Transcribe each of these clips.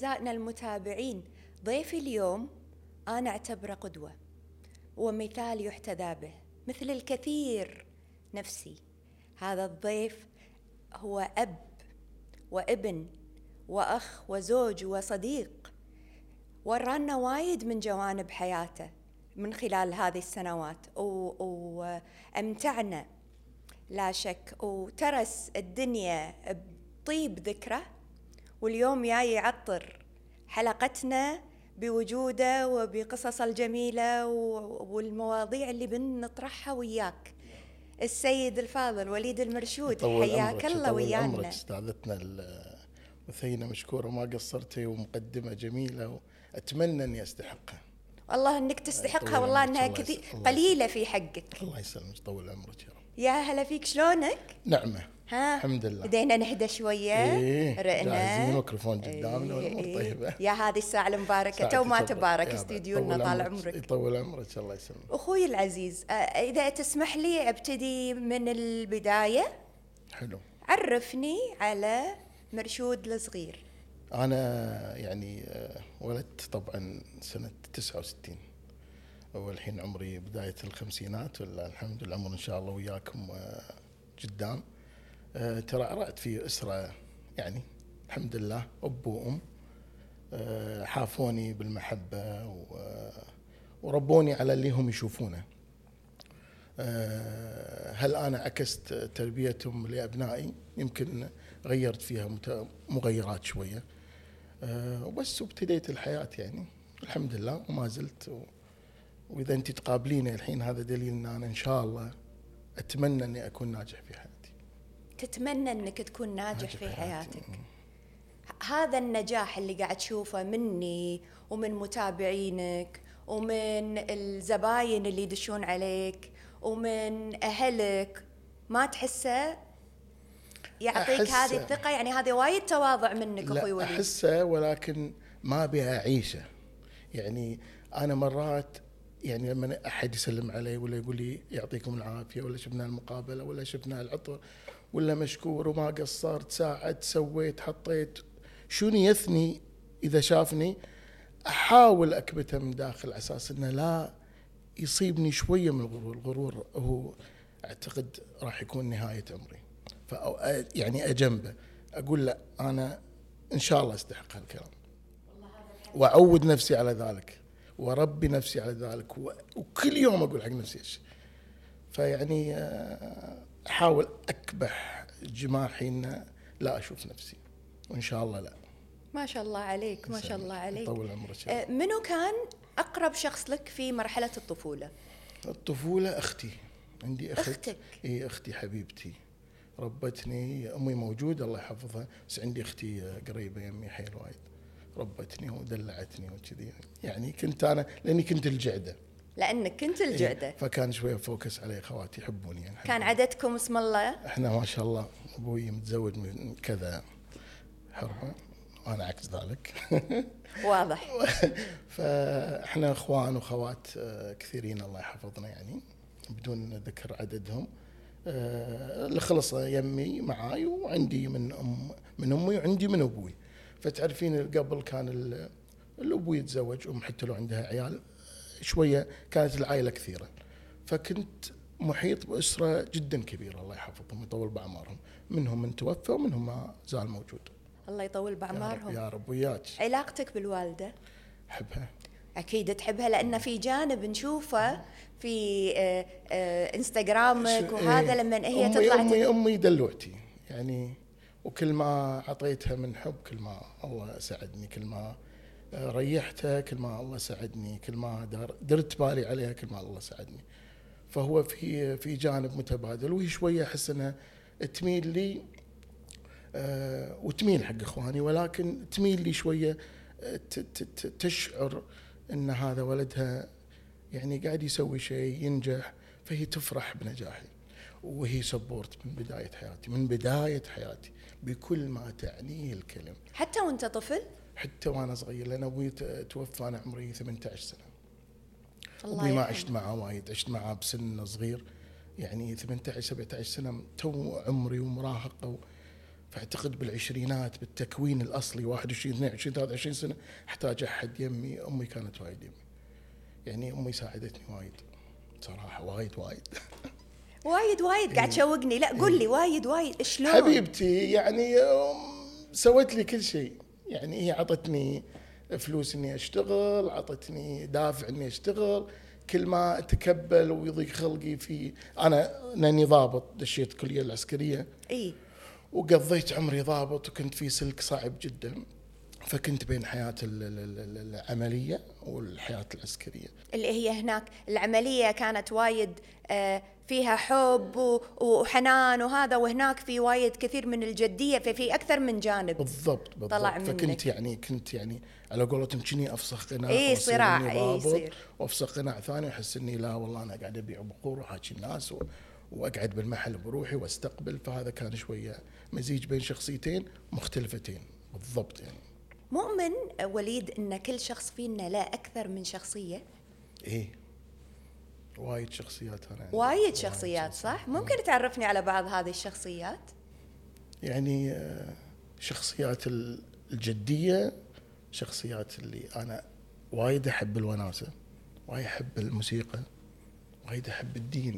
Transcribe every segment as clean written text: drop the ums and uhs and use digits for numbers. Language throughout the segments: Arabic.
أعزائنا المتابعين، ضيفي اليوم أنا أعتبره قدوة ومثال يحتذى به مثل الكثير نفسي. هذا الضيف هو أب وابن وأخ وزوج وصديق، ورانا وايد من جوانب حياته من خلال هذه السنوات وأمتعنا لا شك، وترس الدنيا بطيب ذكره. واليوم جاي يعطر حلقتنا بوجوده وبقصص الجميلة والمواضيع اللي بنطرحها وياك. السيد الفاضل وليد المرشود، حياك الله ويانا. عمرك استاذتنا وثينة مشكورة، ما قصرتي، ومقدمة جميلة وأتمنى أني أستحقها. والله أنك تستحقها، والله أنها كثير قليلة في حقك. الله يسلمك، طول عمرك يا رب. يا هلا فيك، شلونك؟ نعمة، ها؟ الحمد لله. بدينا نهدى شوية. رئنا جاهزين، الميكروفون قدامنا والأمور طيبة. يا هذه الساعة المباركة، تو ما تبارك استديونا، طال عمرك. يطول عمرك، الله يسلمك. أخوي العزيز، إذا تسمح لي أبتدي من البداية. حلو. عرفني على مرشود الصغير. أنا يعني ولدت طبعا سنة 69، والحين عمري بداية الخمسينات، ولا الحمد لله العمر إن شاء الله وياكم قدام. ترعرعت في أسرة يعني الحمد لله، أب وأم حافوني بالمحبة وربوني على اللي هم يشوفونه. هل أنا عكست تربيتهم لأبنائي؟ يمكن غيرت فيها مغيرات شوية، وبس وابتديت الحياة يعني الحمد لله وما زلت. وإذا أنت تقابليني الحين هذا دليل أن أنا إن شاء الله أتمنى أني أكون ناجح في حياتي. تتمنى أنك تكون ناجح في حياتك. هذا النجاح اللي قاعد تشوفه مني ومن متابعينك ومن الزباين اللي يدشون عليك ومن أهلك، ما تحسه يعطيك هذه الثقة؟ يعني هذا وايد تواضع منك أخوي وليد. أحسه، ولكن ما بها أعيشه. يعني أنا مرات يعني لما أحد يسلم علي ولا يقول لي يعطيكم العافية، ولا شفنا المقابلة، ولا شفنا العطر، ولا مشكور وما قصرت، ساعدت، سويت، حطيت، شوني يثني إذا شافني، أحاول أكبته من داخل على أساس أنه لا يصيبني شوية من الغرور. الغرور هو أعتقد راح يكون نهاية عمري، يعني أجنبه أقول لا، أنا إن شاء الله أستحق هالكلام، وأعود نفسي على ذلك، وربي نفسي على ذلك، وكل يوم أقول حق نفسي إيش. فيعني أحاول أكبح جماحي إن لا أشوف نفسي، وإن شاء الله لا. ما شاء الله عليك، ما شاء الله عليك. طول عمرك. منو كان أقرب شخص لك في مرحلة الطفولة؟ الطفولة أختي، عندي أختك؟ إيه، أختي حبيبتي ربتني. أمي موجودة الله يحفظها، بس عندي أختي قريبة يمي حيل وايد، ربتني ودلعتني وكذي. يعني كنت أنا لأني كنت الجعدة. لأنك كنت الجعدة. إيه، فكان شوية فوكس علي. خواتي يحبوني يعني. كان عددكم اسم الله؟ إحنا ما شاء الله، أبوي متزوج من كذا حرمة، وأنا عكس ذلك. واضح. فإحنا أخوان وخوات كثيرين الله يحفظنا، يعني بدون ذكر عددهم. اللي خلص يمي معاي، وعندي من أمي، وعندي من أبوي. فتعرفين قبل كان الأبو يتزوج، حتى لو عندها عيال شوية كانت العائلة كثيرة، فكنت محيط بأسرة جدا كبيرة الله يحفظهم ويطول بأعمارهم. منهم من توفى ومنهم ما زال موجود. الله يطول بأعمارهم. يا رب وياك. علاقتك بالوالدة؟ أحبها أكيد تحبها، لأن في جانب نشوفه في انستغرامك وهذا لما هي تطلع. أمي دلوعتي يعني، وكل ما عطيتها من حب كل ما الله ساعدني، كل ما ريحتها كل ما الله ساعدني، كل ما درت بالي عليها كل ما الله ساعدني. فهو في جانب متبادل، وهي شوية أحس أنها تميل لي وتميل حق إخواني، ولكن تميل لي شوية تشعر أن هذا ولدها يعني قاعد يسوي شيء ينجح، فهي تفرح بنجاحي، وهي سبورت من بداية حياتي بكل ما تعنيه الكلمة. حتى وانت طفل؟ حتى وانا صغير، لأن أبوي توفى أنا عمري 18 سنة. أبوي ما عشت معه وايد، عشت معه بسن صغير يعني 18 17 سنة، تو عمري ومراهقة. فاعتقد بالعشرينات بالتكوين الاصلي 21 22 23 سنه احتاج احد يمي. امي كانت وايد يمي، يعني امي ساعدتني وايد صراحه، وايد وايد قاعد تشوقني. لا قل لي وايد شلون حبيبتي. يعني سوت لي كل شيء. يعني هي عطتني فلوس اني اشتغل، عطتني دافع اني اشتغل. كل ما اتكبل ويضيق خلقي في انا لاني ضابط، دشيت الكليه العسكريه اي وقضيت عمري ضابط، وكنت في سلك صعب جدا، فكنت بين حياة العملية والحياة العسكرية. اللي هي هناك العملية كانت وايد فيها حب وحنان وهذا، وهناك في وايد كثير من الجدية، ففي أكثر من جانب. بالضبط طلع منك. فكنت يعني كنت يعني على قولتهم كني افسخ قناع، اي صراع، اي يصير وافسخ قناع ثاني، واحس اني لا والله انا قاعد ابيع بقور وحاكي الناس واقعد بالمحل بروحي واستقبل. فهذا كان شويه مزيج بين شخصيتين مختلفتين بالضبط. يعني مؤمن وليد ان كل شخص فينا له اكثر من شخصيه؟ ايه وايد شخصيات. انا وايد شخصيات صح. ممكن تعرفني على بعض هذه الشخصيات؟ يعني شخصيات الجدية، شخصيات اللي أنا وايد أحب الوناسة، وايد أحب الموسيقى، وايد أحب الدين،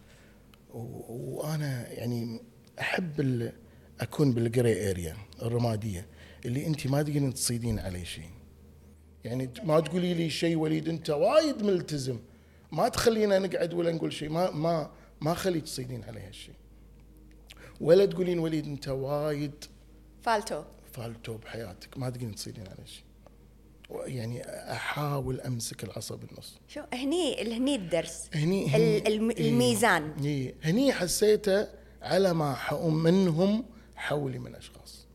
وأنا يعني أحب أكون بالجري اريا الرمادية اللي أنت ما تقدرين تصيدين عليه شيء. يعني ما تقولي لي شيء وليد أنت وايد ملتزم، ما تخلينا نقعد ولا نقول شيء، ما خلي تصيدين عليه هالشيء، ولا تقولين وليد انت وايد فالتو بحياتك، ما تقدرين تصيدين على شيء. يعني احاول امسك العصا بالنص. شو هني الدرس، هني الميزان. هني حسيته على ما حؤم منهم حولي من اشخاص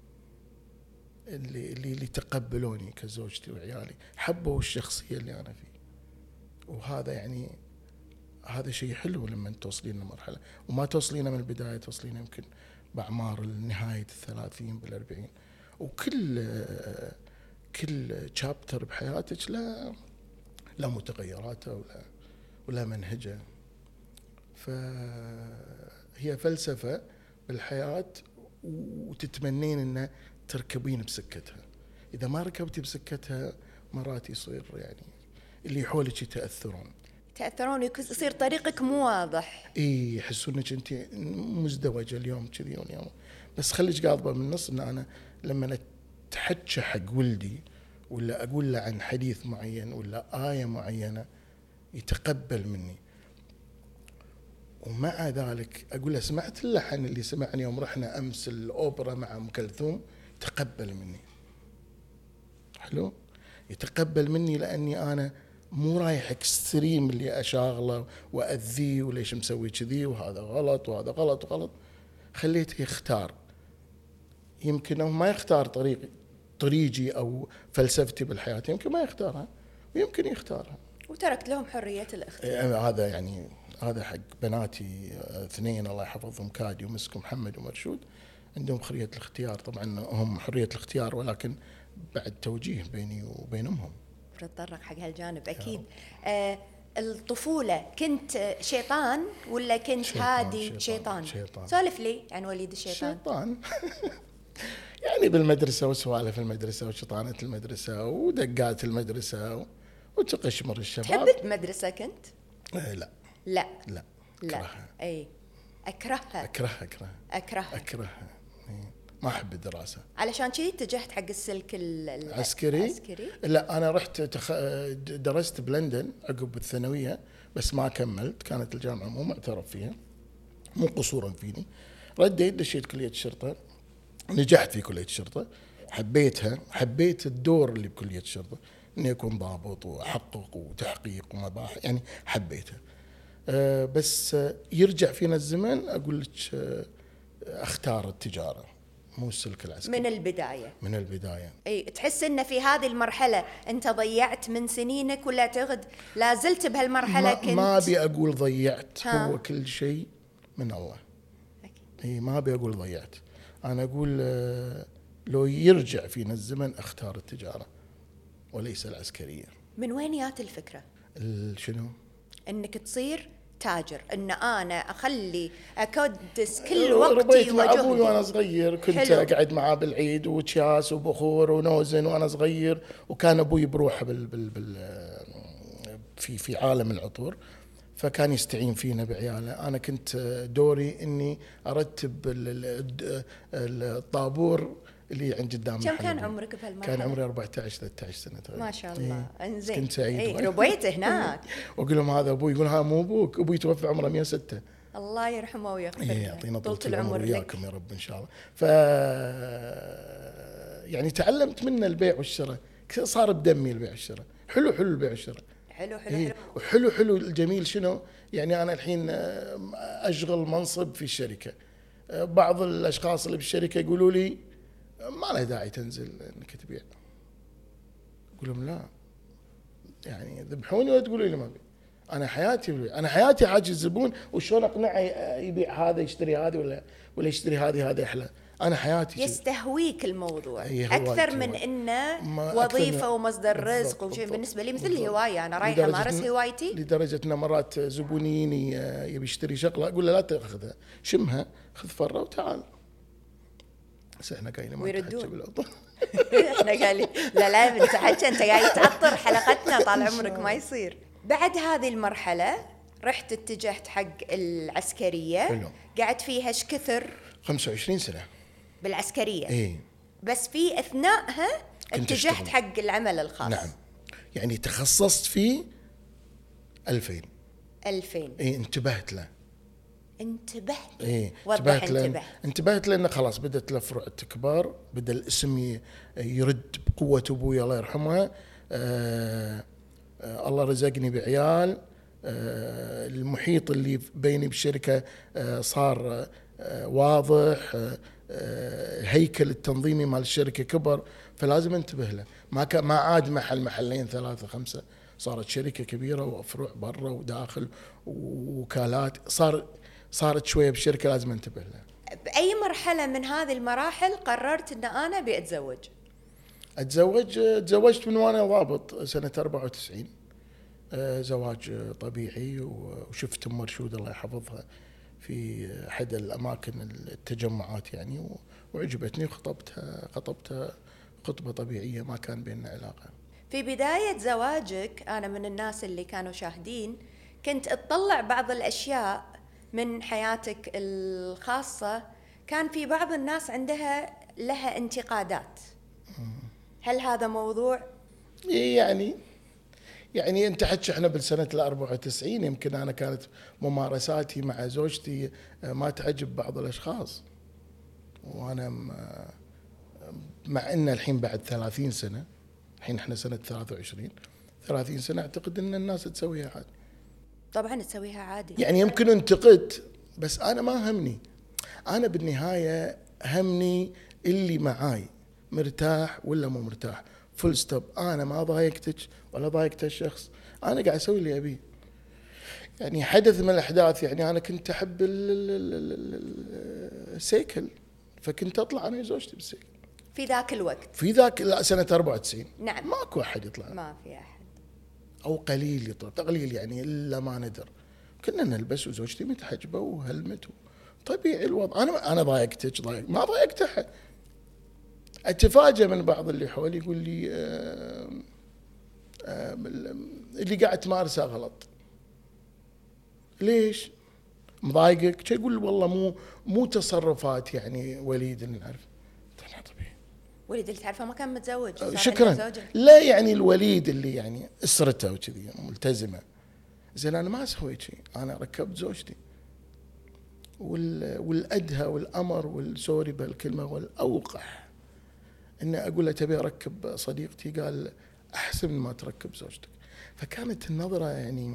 اللي تقبلوني كزوجتي وعيالي، حبوا الشخصيه اللي انا فيه. وهذا يعني هذا شيء حلو لما توصلين لمرحله، وما توصلين من البدايه، توصلين يمكن باعمار نهايه 30 40. كل شابتر بحياتك لا متغيراته ولا منهجه. فهي فلسفه بالحياه، وتتمنين ان تركبين بسكتها. اذا ما ركبتي بسكتها مرات يصير يعني اللي حولك يتاثرون، يصير طريقك مو واضح. اي يحسون انك انت مزدوجه اليوم كذي واليوم. بس خليك قاضبه من النص، ان انا لما اتحكى حق ولدي ولا اقول له عن حديث معين ولا ايه معينه يتقبل مني. ومع ذلك اقول له سمعت اللحن اللي سمعني يوم رحنا امس الاوبرا مع ام كلثوم، تقبل مني. حلو، يتقبل مني لاني انا مو رايح اكستريم اللي اشاغله واذيه وليش مسوي كذي وهذا غلط وهذا غلط. خليته يختار. يمكن ما يختار طريقي او فلسفتي بالحياه، يمكن ما يختارها ويمكن يختارها، وتركت لهم حريه الاختيار. هذا يعني هذا حق بناتي 2 الله يحفظهم، كادي ومسك ومحمد ومرشود، عندهم حريه الاختيار. طبعا هم حريه الاختيار ولكن بعد توجيه بيني وبين امهم. نتطرق حق هالجانب اكيد. الطفوله كنت شيطان ولا كنت هادي؟ شيطان. سولف لي عن وليد الشيطان. يعني بالمدرسه وسوالف المدرسه وشيطانه المدرسه ودقات المدرسه وتقشمر الشباب. تحب المدرسه كنت؟ لا اكرهها. اي اكرهها. ما أحب الدراسة. علشان كذي اتجهت حق السلك العسكري. لا أنا رحت درست بلندن عقب الثانوية، بس ما كملت، كانت الجامعة مو معترف فيها، مو قصورا فيني. رديت دشيت كلية الشرطة، نجحت في كلية الشرطة، حبيتها، حبيت الدور اللي بكلية الشرطة، إني أكون ضابط وأحقق وتحقيق ومباحث، يعني حبيتها. بس يرجع فينا الزمن أقول لك اختار التجارة مو السلك العسكري من البداية. اي تحس ان في هذه المرحلة انت ضيعت من سنينك ولا تغد لا زلت بهالمرحلة؟ كنت ما ابي اقول ضيعت، هو كل شيء من الله. اي ما ابي اقول ضيعت، انا اقول لو يرجع فينا الزمن اختار التجارة وليس العسكرية. من وين جات الفكرة؟ شنو؟ انك تصير تاجر، ان انا اخلي اكدس كل وقتي ربيت مع وجهدي. ابوي وانا صغير، كنت حلو. اقعد معاه بالعيد وتشاس وبخور ونوزن وانا صغير، وكان ابوي بروحه في عالم العطور، فكان يستعين فينا بعياله. انا كنت دوري اني ارتب الطابور اللي عند قدام كم محل كان أبوي. عمرك بهالمرحله؟ كان عمري 14 13 سنه تقريبا. ما شاء الله. انزين. كنت سعيد. ربيت هناك. واقول لهم هذا ابوي، يقول ها مو ابوك، ابوي توفى عمره 106. الله يرحمه ويغفر له. يعطينا طولة طول العمر لك. وياكم يا رب ان شاء الله. يعني تعلمت منه البيع والشراء، صار بدمي البيع والشراء. حلو البيع والشراء. حلو وحلو الجميل شنو؟ يعني انا الحين اشغل منصب في الشركه، بعض الاشخاص اللي بالشركه يقولوا لي ما له داعي تنزل انك تبيع. اقول لهم لا، يعني ذبحوني ولا تقولوا لي ما ابي. انا حياتي حاجه الزبون، وشلون اقنعه يبيع هذا يشتري هذه ولا يشتري هذه احلى. انا حياتي يستهويك الموضوع أيه اكثر من انه وظيفه ومصدر رزق وشيء. بالنسبه لي مثل الهوايه، انا رايحه امارس هوايتي. لدرجه ان مرات زبونين يبي يشتري شغله اقول له لا تاخذها، شمها، خذ فره وتعال. بس احنا قايلين ما ويردون. تحكي بالعطر. احنا قايلين لا بنت حكي، انت قاعد تعطر حلقتنا طال عمرك، ما يصير. بعد هذه المرحله رحت اتجهت حق العسكريه. حلو. قعدت فيها ايش كثر؟ 25 سنه بالعسكريه. ايه. بس في اثناءها اتجهت حق العمل الخاص. نعم، يعني تخصصت فيه 2000. ايه انتبهت له. ايه وضح. انتبهت لأنه خلاص بدأت الفروع تكبر، بدأ الاسم يرد بقوة أبوي الله يرحمه. الله رزقني بعيال. المحيط اللي بيني بالشركة صار واضح. هيكل التنظيمي مال الشركة كبر، فلازم انتبه له. ما عاد محلين 3 5، صارت شركة كبيرة وفروع برا وداخل ووكالات. صارت شوية بالشركة لازم انتبه لها. بأي مرحلة من هذه المراحل قررت أن أنا بأتزوج؟ تزوجت من وأنا ضابط سنة 94. زواج طبيعي، وشفت أم مرشود الله يحفظها في أحد الأماكن التجمعات يعني، وعجبتني وخطبتها خطبة طبيعية، ما كان بيننا علاقة. في بداية زواجك أنا من الناس اللي كانوا شاهدين، كنت أتطلع بعض الأشياء من حياتك الخاصة، كان في بعض الناس لها انتقادات. هل هذا موضوع؟ يعني انت حكي احنا بالسنة 94 يمكن انا كانت ممارساتي مع زوجتي ما تعجب بعض الاشخاص، وانا مع ان الحين بعد 30 سنة، الحين احنا سنة 30 سنة اعتقد ان الناس تسويها عادي. طبعا تسويها عادي، يعني يمكن انتقدت، بس انا ما همني. انا بالنهاية همني اللي معاي مرتاح ولا مو مرتاح، فول ستوب. انا ما ضايقتك ولا ضايقت الشخص، انا قاعد اسوي اللي ابيه. يعني حدث من الاحداث، يعني انا كنت احب السيكل، فكنت اطلع انا وزوجتي بالسيكل في ذاك الوقت. في ذاك سنة 94. نعم. ماكو احد يطلع، ما في احد او قليل يطلع، قليل يعني الا ما ندر. كنا نلبس وزوجتي متحجبه وهلمت طبيعي الوضع. انا ضايقتك؟ ما ضايقت احد. اتفاجئ من بعض اللي حولي يقول لي اللي قاعد تمارسه غلط. ليش مضايقك؟ يقول والله مو تصرفات يعني وليد اللي نعرف. طبيعي وليد اللي تعرفه ما كان متزوج. شكرا. لا يعني الوليد اللي يعني اسرته وكذي ملتزمه. زين انا ما سويت شيء، انا ركبت زوجتي. والادهى والامر والسوري بالكلمه والاوقح ان اقول له تبي اركب صديقتي، قال احسن ما تركب زوجتك. فكانت النظره يعني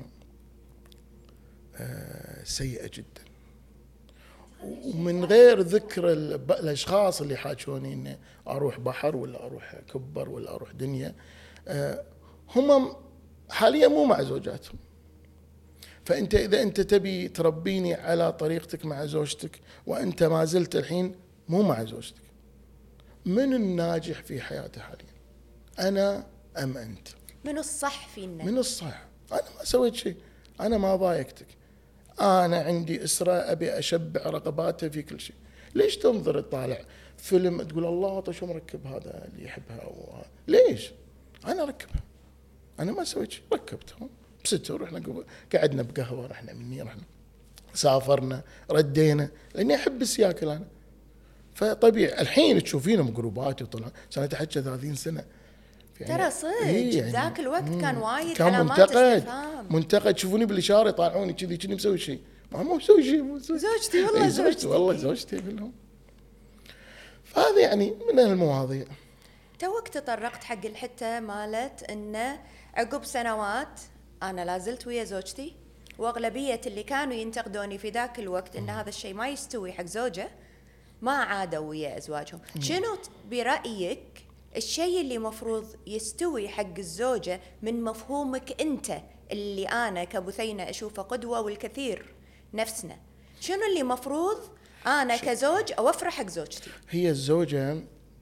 سيئه جدا. ومن غير ذكر الاشخاص اللي حاجوني اني اروح بحر ولا اروح كبر ولا اروح دنيا، هم حاليا مو مع زوجاتهم. فانت اذا انت تبي تربيني على طريقتك مع زوجتك وانت ما زلت الحين مو مع زوجتك، من الناجح في حياته حاليا، انا ام انت؟ من الصح فينا؟ من الصح. انا ما سويت شيء، انا ما ضايقتك. أنا عندي أسرة أبي أشبع رغباتها في كل شيء. ليش تنظر تطالع فيلم تقول الله طيب شو مركب هذا اللي يحبها ليش؟ أنا ركبها، أنا ما سويت شيء، ركبتها بستر، رحنا قعدنا بقهوة، رحنا مني، رحنا سافرنا، ردينا، لأني أحب السياكل أنا. فطبيعي الحين تشوفينهم جروبات وطلع سنة تحكي 30 سنة يعني ترى صدق يعني ذاك الوقت كان وايد كان علامات استفهام. منتقد تشوفوني بالإشارة يطالعوني كذي مسوي شيء، ما مو مسوي شيء، زوجتي والله زوجتي والله زوجتي لهم. فهذا يعني من المواضيع. توك تطرقت حق الحتة مالت إنه عقب سنوات أنا لازلت ويا زوجتي، وأغلبية اللي كانوا ينتقدوني في ذاك الوقت إن هذا الشيء ما يستوي حق زوجة ما عادوا ويا أزواجهم. شنو برأيك الشيء اللي مفروض يستوي حق الزوجة من مفهومك أنت اللي أنا كبثينة أشوفه قدوة والكثير نفسنا؟ شنو اللي مفروض أنا كزوج أوفره حق زوجتي؟ هي الزوجة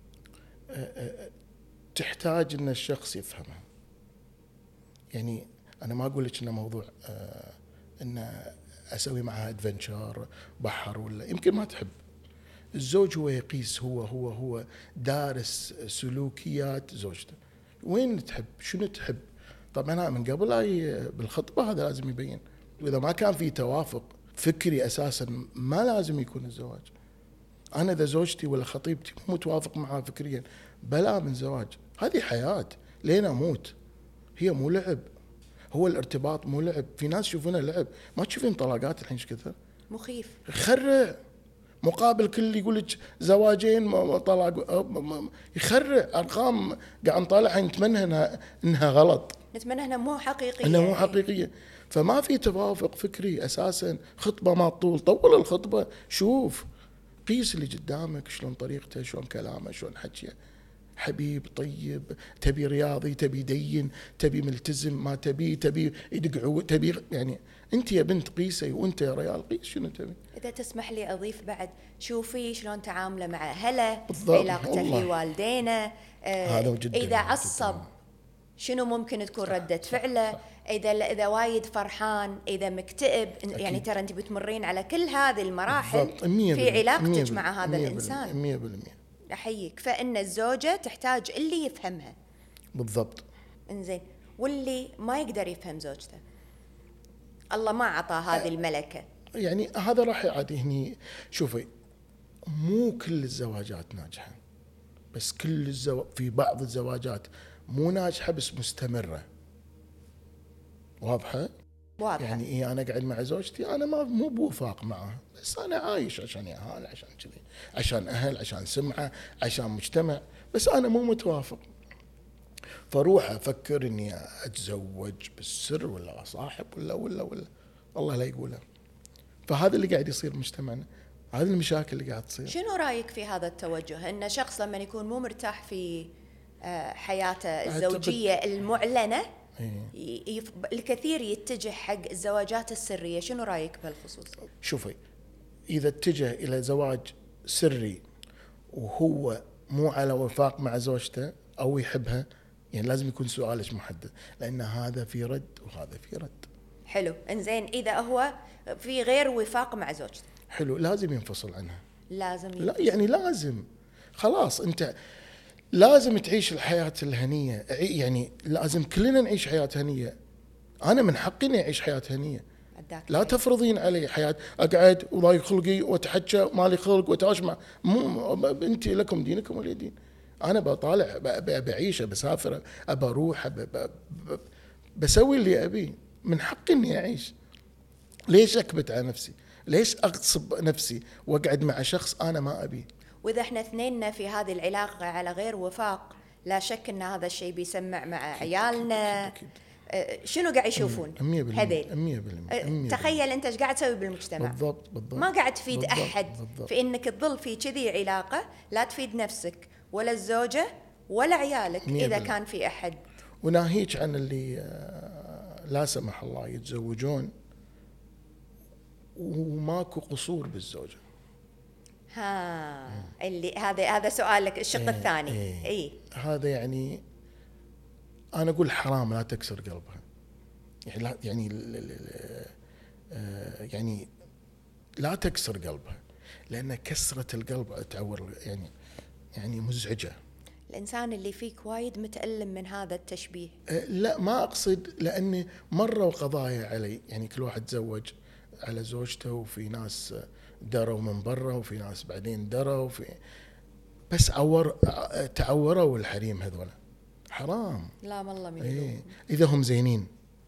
تحتاج أن الشخص يفهمها. يعني أنا ما أقول لك إنه موضوع إن أسوي معها أدفنشر بحر ولا، يمكن ما تحب. الزوج هو يقيس، هو دارس سلوكيات زوجته، وين تحب، شنو تحب. طبعا من قبل بالخطبة هذا لازم يبين، وإذا ما كان في توافق فكري أساسا ما لازم يكون الزواج. أنا إذا زوجتي ولا خطيبتي مو متوافق معها فكريا بلا من زواج. هذه حياة لين أموت، هي مو لعب، هو الارتباط مو لعب. في ناس يشوفونها لعب، ما تشوفين طلاقات الحين ايش كثر مخيف، يخرع مقابل كل يقول لك زواجين طلاق، يخرع ارقام قاعد نطالعها نتمنى انها غلط، نتمنى انها مو حقيقيه، انها مو حقيقيه. فما في توافق فكري اساسا. خطبه ما تطول، طول الخطبه، شوف قيس اللي قدامك شلون طريقته، شلون كلامه، شلون حكيه. حبيب طيب، تبي رياضي، تبي دين، تبي ملتزم، ما تبي يدق تبي يعني. انت يا بنت قيسي، وانت يا ريال قيس شنو تبي. اذا تسمح لي اضيف بعد، شوفي شلون تعامله مع اهله، بالضبط، علاقته في والدينه، هذا جدا اذا عصب جداً. شنو ممكن تكون ردة فعله، صح. اذا وايد فرحان، اذا مكتئب. أكيد. يعني ترى انت بتمرين على كل هذه المراحل بالضبط. في علاقتك مع هذا الانسان. 100%. احييك. فان الزوجه تحتاج اللي يفهمها. بالضبط. انزين، واللي ما يقدر يفهم زوجته الله ما عطاه هذه الملكه. يعني هذا راح يعادي هني. شوفي، مو كل الزواجات ناجحه، بس كل في بعض الزواجات مو ناجحه بس مستمره. واضحه. يعني إيه، انا قاعد مع زوجتي، انا مو بوفاق معها، بس انا عايش عشان اهل، عشان كذي، عشان اهل، عشان سمعه، عشان مجتمع، بس انا مو متوافق. فروح افكر اني اتزوج بالسر ولا اصاحب ولا الله لا يقوله. فهذا اللي قاعد يصير مجتمعنا، هذه المشاكل اللي قاعد تصير. شنو رايك في هذا التوجه، ان شخص لما يكون مو مرتاح في حياته الزوجيه المعلنه الكثير يتجه حق الزواجات السريه؟ شنو رايك بهالخصوص؟ شوفي، اذا اتجه الى زواج سري وهو مو على وفاق مع زوجته او يحبها، يعني لازم يكون سؤالك محدد، لان هذا في رد وهذا في رد. حلو. انزين، اذا هو في غير وفاق مع زوجته، حلو، لازم ينفصل عنها. لازم ينفصل. لا يعني لازم، خلاص انت لازم تعيش الحياة الهنية. يعني لازم كلنا نعيش حياة هنية. انا من حقي اني اعيش حياة هنية. لا تفرضين علي حياة اقعد وضايق خلقي واتحكى مالي خلق واتاشمع. انت لكم دينكم ولي دين. انا بطالع بعيشه، بسافر، ابى اروح، بسوي اللي ابيه. من حقي اني اعيش. ليش اكبت على نفسي؟ ليش اغصب نفسي واقعد مع شخص انا ما ابيه؟ واذا احنا اثنيننا في هذه العلاقه على غير وفاق، لا شك ان هذا الشيء بيسمع مع عيالنا. أكيد. شنو قاعد يشوفون 100%. تخيل انت ايش قاعد تسوي بالمجتمع. بالضبط. ما قاعد تفيد احد في انك تظل في كذي علاقه، لا تفيد نفسك ولا الزوجه ولا عيالك اذا كان في احد. وناهيك عن اللي لا سمح الله يتزوجون وماكو قصور بالزوجه. اللي هذا سؤالك الشق الثاني. اي هذا يعني انا اقول حرام لا تكسر قلبها. يعني لا يعني يعني لا تكسر قلبها، لأن كسرة القلب تعور، يعني مزعجة. الإنسان اللي فيك وايد متألم من هذا التشبيه. لا ما أقصد، لأني مرة قضايا علي، يعني كل واحد تزوج على زوجته، وفي ناس دروا من برا، وفي ناس بعدين دروا، بس تعوروا الحريم هذولا، حرام. لا والله من إيه إذا هم زينين،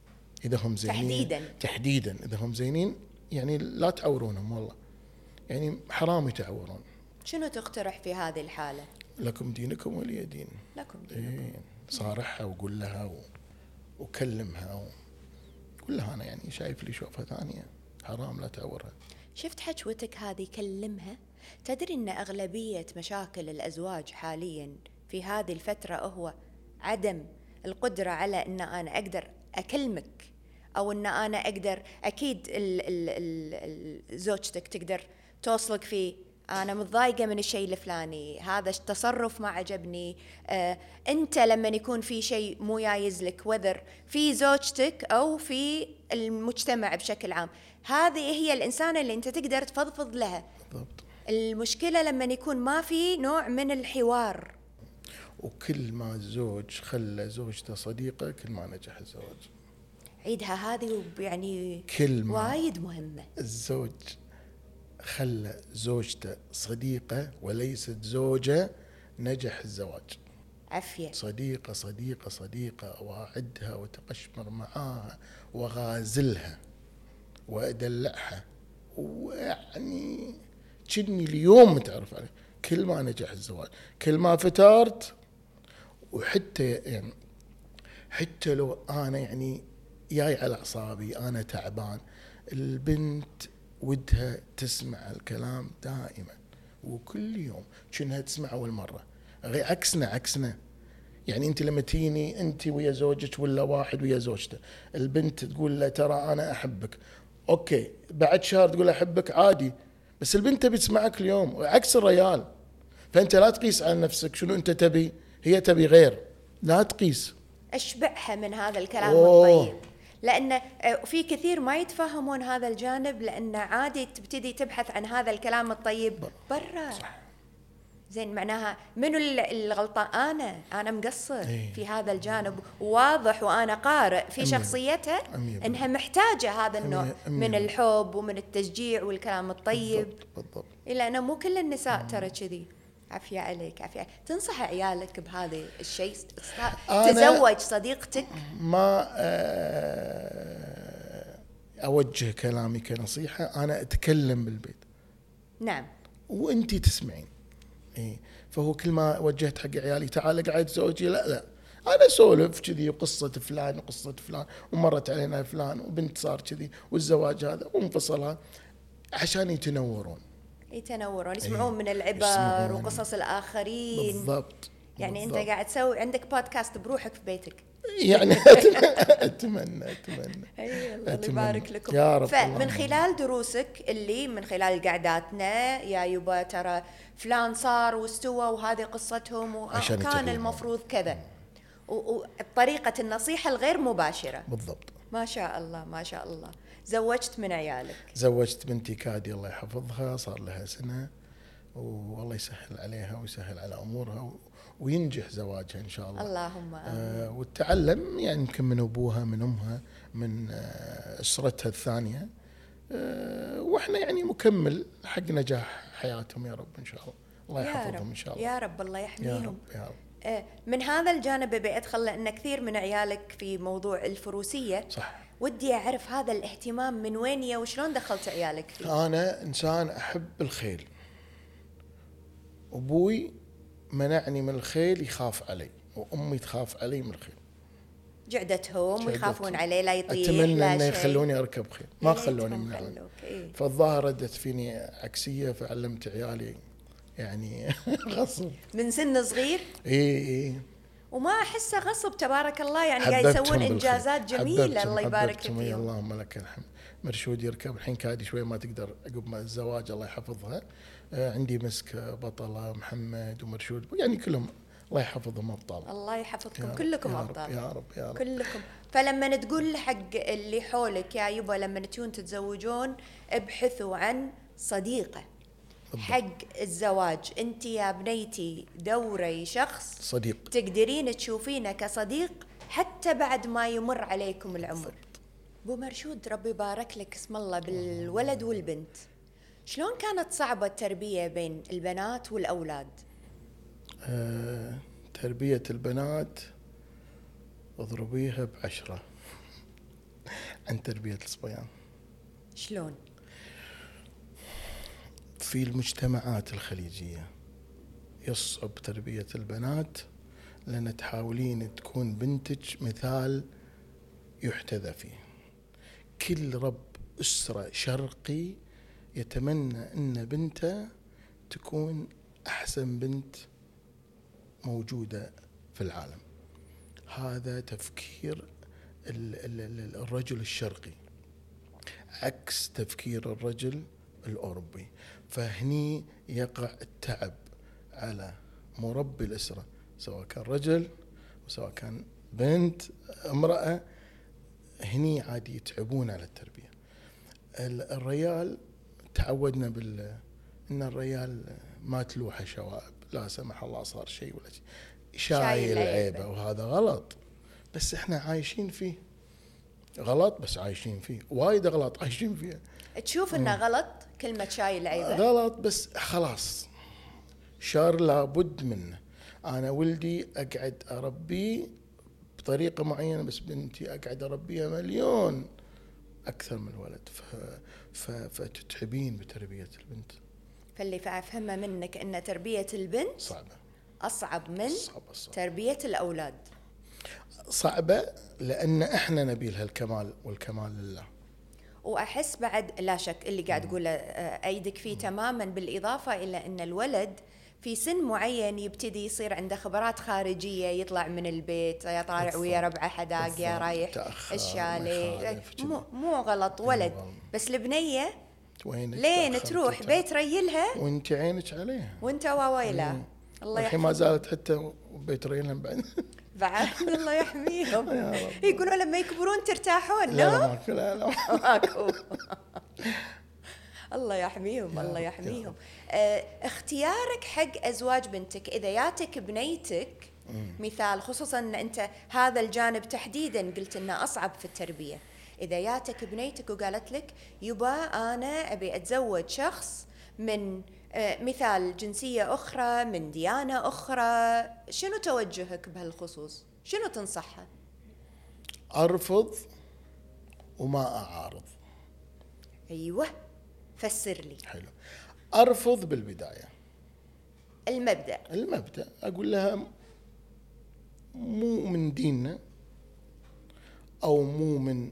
تحديدا إذا هم زينين، يعني لا تعورونهم والله، يعني حرام يتعورون. شنو تقترح في هذه الحالة؟ لكم دينكم ولي دين. لكم دينكم. إيه صارحها وقول لها وكلمها قول لها أنا يعني شايف لي شوفة ثانية، حرام لا تعورها. شفت حجوتك هذه، كلمها. تدري أن أغلبية مشاكل الأزواج حاليا في هذه الفترة هو عدم القدرة على أن أنا أقدر أكلمك، أو أن أنا أقدر، أكيد زوجتك تقدر توصلك فيه أنا متضايقة من الشيء الفلاني، هذا التصرف ما عجبني. أنت لما يكون في شيء مو جايز لك، وذر في زوجتك أو في المجتمع بشكل عام، هذه هي الإنسانة اللي أنت تقدر تفضفض لها. بالضبط. المشكلة لما يكون ما في نوع من الحوار. وكل ما الزوج خلى زوجته صديقة كل ما نجح الزواج. عيدها هذه، يعني كلمة وايد مهمة. الزوج خلى زوجته صديقة وليست زوجة، نجح الزواج. عافية. صديقة صديقة صديقة، وأعدها وتقشمر معاها وغازلها وأدلعها، ويعني كني اليوم متعرف عليه. كل ما نجح الزواج، كل ما فترت. وحتى يعني حتى لو أنا يعني جاي على أعصابي، أنا تعبان، البنت ودها تسمع الكلام دائما وكل يوم، كأنها تسمع أول مرة. عكسنا. يعني أنت لما تيني أنت ويا زوجك ولا واحد ويا زوجته، البنت تقول له ترى أنا أحبك، أوكي، بعد شهر تقول أحبك عادي، بس البنت تبي تسمعك اليوم، عكس الرجال. فأنت لا تقيس على نفسك شنو أنت تبي، هي تبي غير، لا تقيس. أشبعها من هذا الكلام الطيب، لأن في كثير ما يتفهمون هذا الجانب، لأن عادي تبتدي تبحث عن هذا الكلام الطيب برا. زين، معناها منو الغلطان؟ أنا مقصر في هذا الجانب، واضح وأنا قارئ في شخصيتها أنها محتاجة هذا النوع من الحب ومن التشجيع والكلام الطيب. بالضبط. إلا أنه مو كل النساء ترى كذي. عافية عليك، عافية. تنصح عيالك بهذا الشيء؟ تزوج صديقتك؟ ما أوجه كلامي كنصيحة، أنا أتكلم بالبيت. نعم. وأنتي تسمعين. إيه، فهو كل ما وجهت حق عيالي تعال قاعد زوجي، لا أنا أسولف كذي، قصة فلان وقصة فلان، ومرت علينا فلان، وبنت صار كذي، والزواج هذا وانفصلها، عشان يتنورون يسمعون من العبر وقصص الآخرين. بالضبط. يعني أنت قاعد تسوي عندك بودكاست بروحك في بيتك. يعني أتمنى أي الله يبارك لكم يا رب. فمن خلال دروسك اللي من خلال قعداتنا، يا يبا ترى فلان صار واستوى وهذه قصتهم وكان المفروض كذا، وطريقة النصيحة الغير مباشرة. بالضبط. ما شاء الله ما شاء الله. زوجت من عيالك؟ زوجت بنتي كادي الله يحفظها، صار لها سنة، والله يسهل عليها ويسهل على أمورها وينجح زواجها إن شاء الله. اللهم آمين. وتتعلم يعني يمكن من أبوها، من أمها، من أسرتها الثانية، وإحنا يعني مكمل حق نجاح حياتهم يا رب إن شاء الله. الله يحفظهم إن شاء الله يا رب. الله يحميهم يا رب. من هذا الجانب بأدخل، لأن كثير من عيالك في موضوع الفروسية. صح. ودي أعرف هذا الاهتمام من وين وشلون دخلت عيالك فيه؟ أنا إنسان أحب الخيل، أبوي منعني من الخيل، يخاف علي، وأمي تخاف علي من الخيل. جعدتهم ويخافون عليه لا يطيح. أتمنى أن يخلوني أركب خيل، ما خلوني من العالم. فالظاهر ردت فيني عكسية، فعلمت عيالي يعني غصب من سن صغير. إيه. وما أحسه غصب، تبارك الله، يعني قاعد يسوون إنجازات جميلة. الله يبارك فيهم. اللهم لك الحمد. مرشود يركب الحين، كادي شوي ما تقدر عقب ما الزواج الله يحفظها. عندي مسك بطلة محمد ومرشود، يعني كلهم الله يحفظهم أبطال. الله يحفظكم يا كلكم يا رب أبطال. يا رب يا رب. كلكم. فلما تقول حق اللي حولك يا يبا لما تجون تتزوجون ابحثوا عن صديقة حق الزواج. انت يا بنيتي دوري شخص صديق تقدرين تشوفينه كصديق حتى بعد ما يمر عليكم العمر. بو مرشود ربي يبارك لك اسم الله بالولد والبنت، شلون كانت صعبة التربية بين البنات والأولاد؟ تربية البنات اضربيها ب10 عن تربية الصبيان. شلون؟ في المجتمعات الخليجية يصعب تربية البنات، لأن تحاولين تكون بنتك مثال يحتذى فيه. كل رب أسرة شرقي يتمنى أن بنته تكون أحسن بنت موجودة في العالم. هذا تفكير الرجل الشرقي عكس تفكير الرجل الأوروبي. فهني يقع التعب على مربي الأسرة، سواء كان رجل وسواء كان بنت امرأة، هني عادي يتعبون على التربية. الرجال تعودنا إن الرجال ما تلوحه شوائب، لا سمح الله صار شيء ولا شيء شايل عيبه، وهذا غلط، بس احنا عايشين فيه. غلط بس عايشين فيه، وايد غلط عايشين فيه. تشوف انه غلط كلمة شايل عيبه؟ غلط بس خلاص شر لابد منه. انا ولدي اقعد اربيه بطريقة معينة، بس بنتي اقعد اربيها مليون اكثر من الولد. فتتعبين بتربية البنت. فاللي فأفهمه منك ان تربية البنت صعبة، أصعب من صعبة. تربية الأولاد. صعبة لأن إحنا نبي لها الكمال، والكمال لله. وأحس بعد لا شك اللي قاعد تقوله أيدك فيه تماما، بالإضافة إلى أن الولد في سن معين يبتدي يصير عنده خبرات خارجية، يطلع من البيت، يا طالع ويا ربعه حداق، يا رايح الشاليه. مو غلط ولد، بس البنية لين تروح بيت ريلها وانت عينك عليها وانت واويلا. الله يحفظك. ما زالت حتى بيت ريلها بعد الله يحميهم. يقولون لما يكبرون ترتاحون. لا ماكو. الله يحميهم الله يحميهم. اختيارك حق أزواج بنتك، إذا ياتك بنيتك مثال، خصوصا أن أنت هذا الجانب تحديدا قلت أنه أصعب في التربية، إذا ياتك بنيتك وقالت لك يبا أنا أبي أتزوج شخص من مثال جنسية أخرى، من ديانة أخرى، شنو توجهك بهالخصوص؟ شنو تنصحها؟ أرفض وما أعارض. أيوة، فسر لي. حلو. أرفض بالبداية، المبدأ أقول لها مو من ديننا أو مو من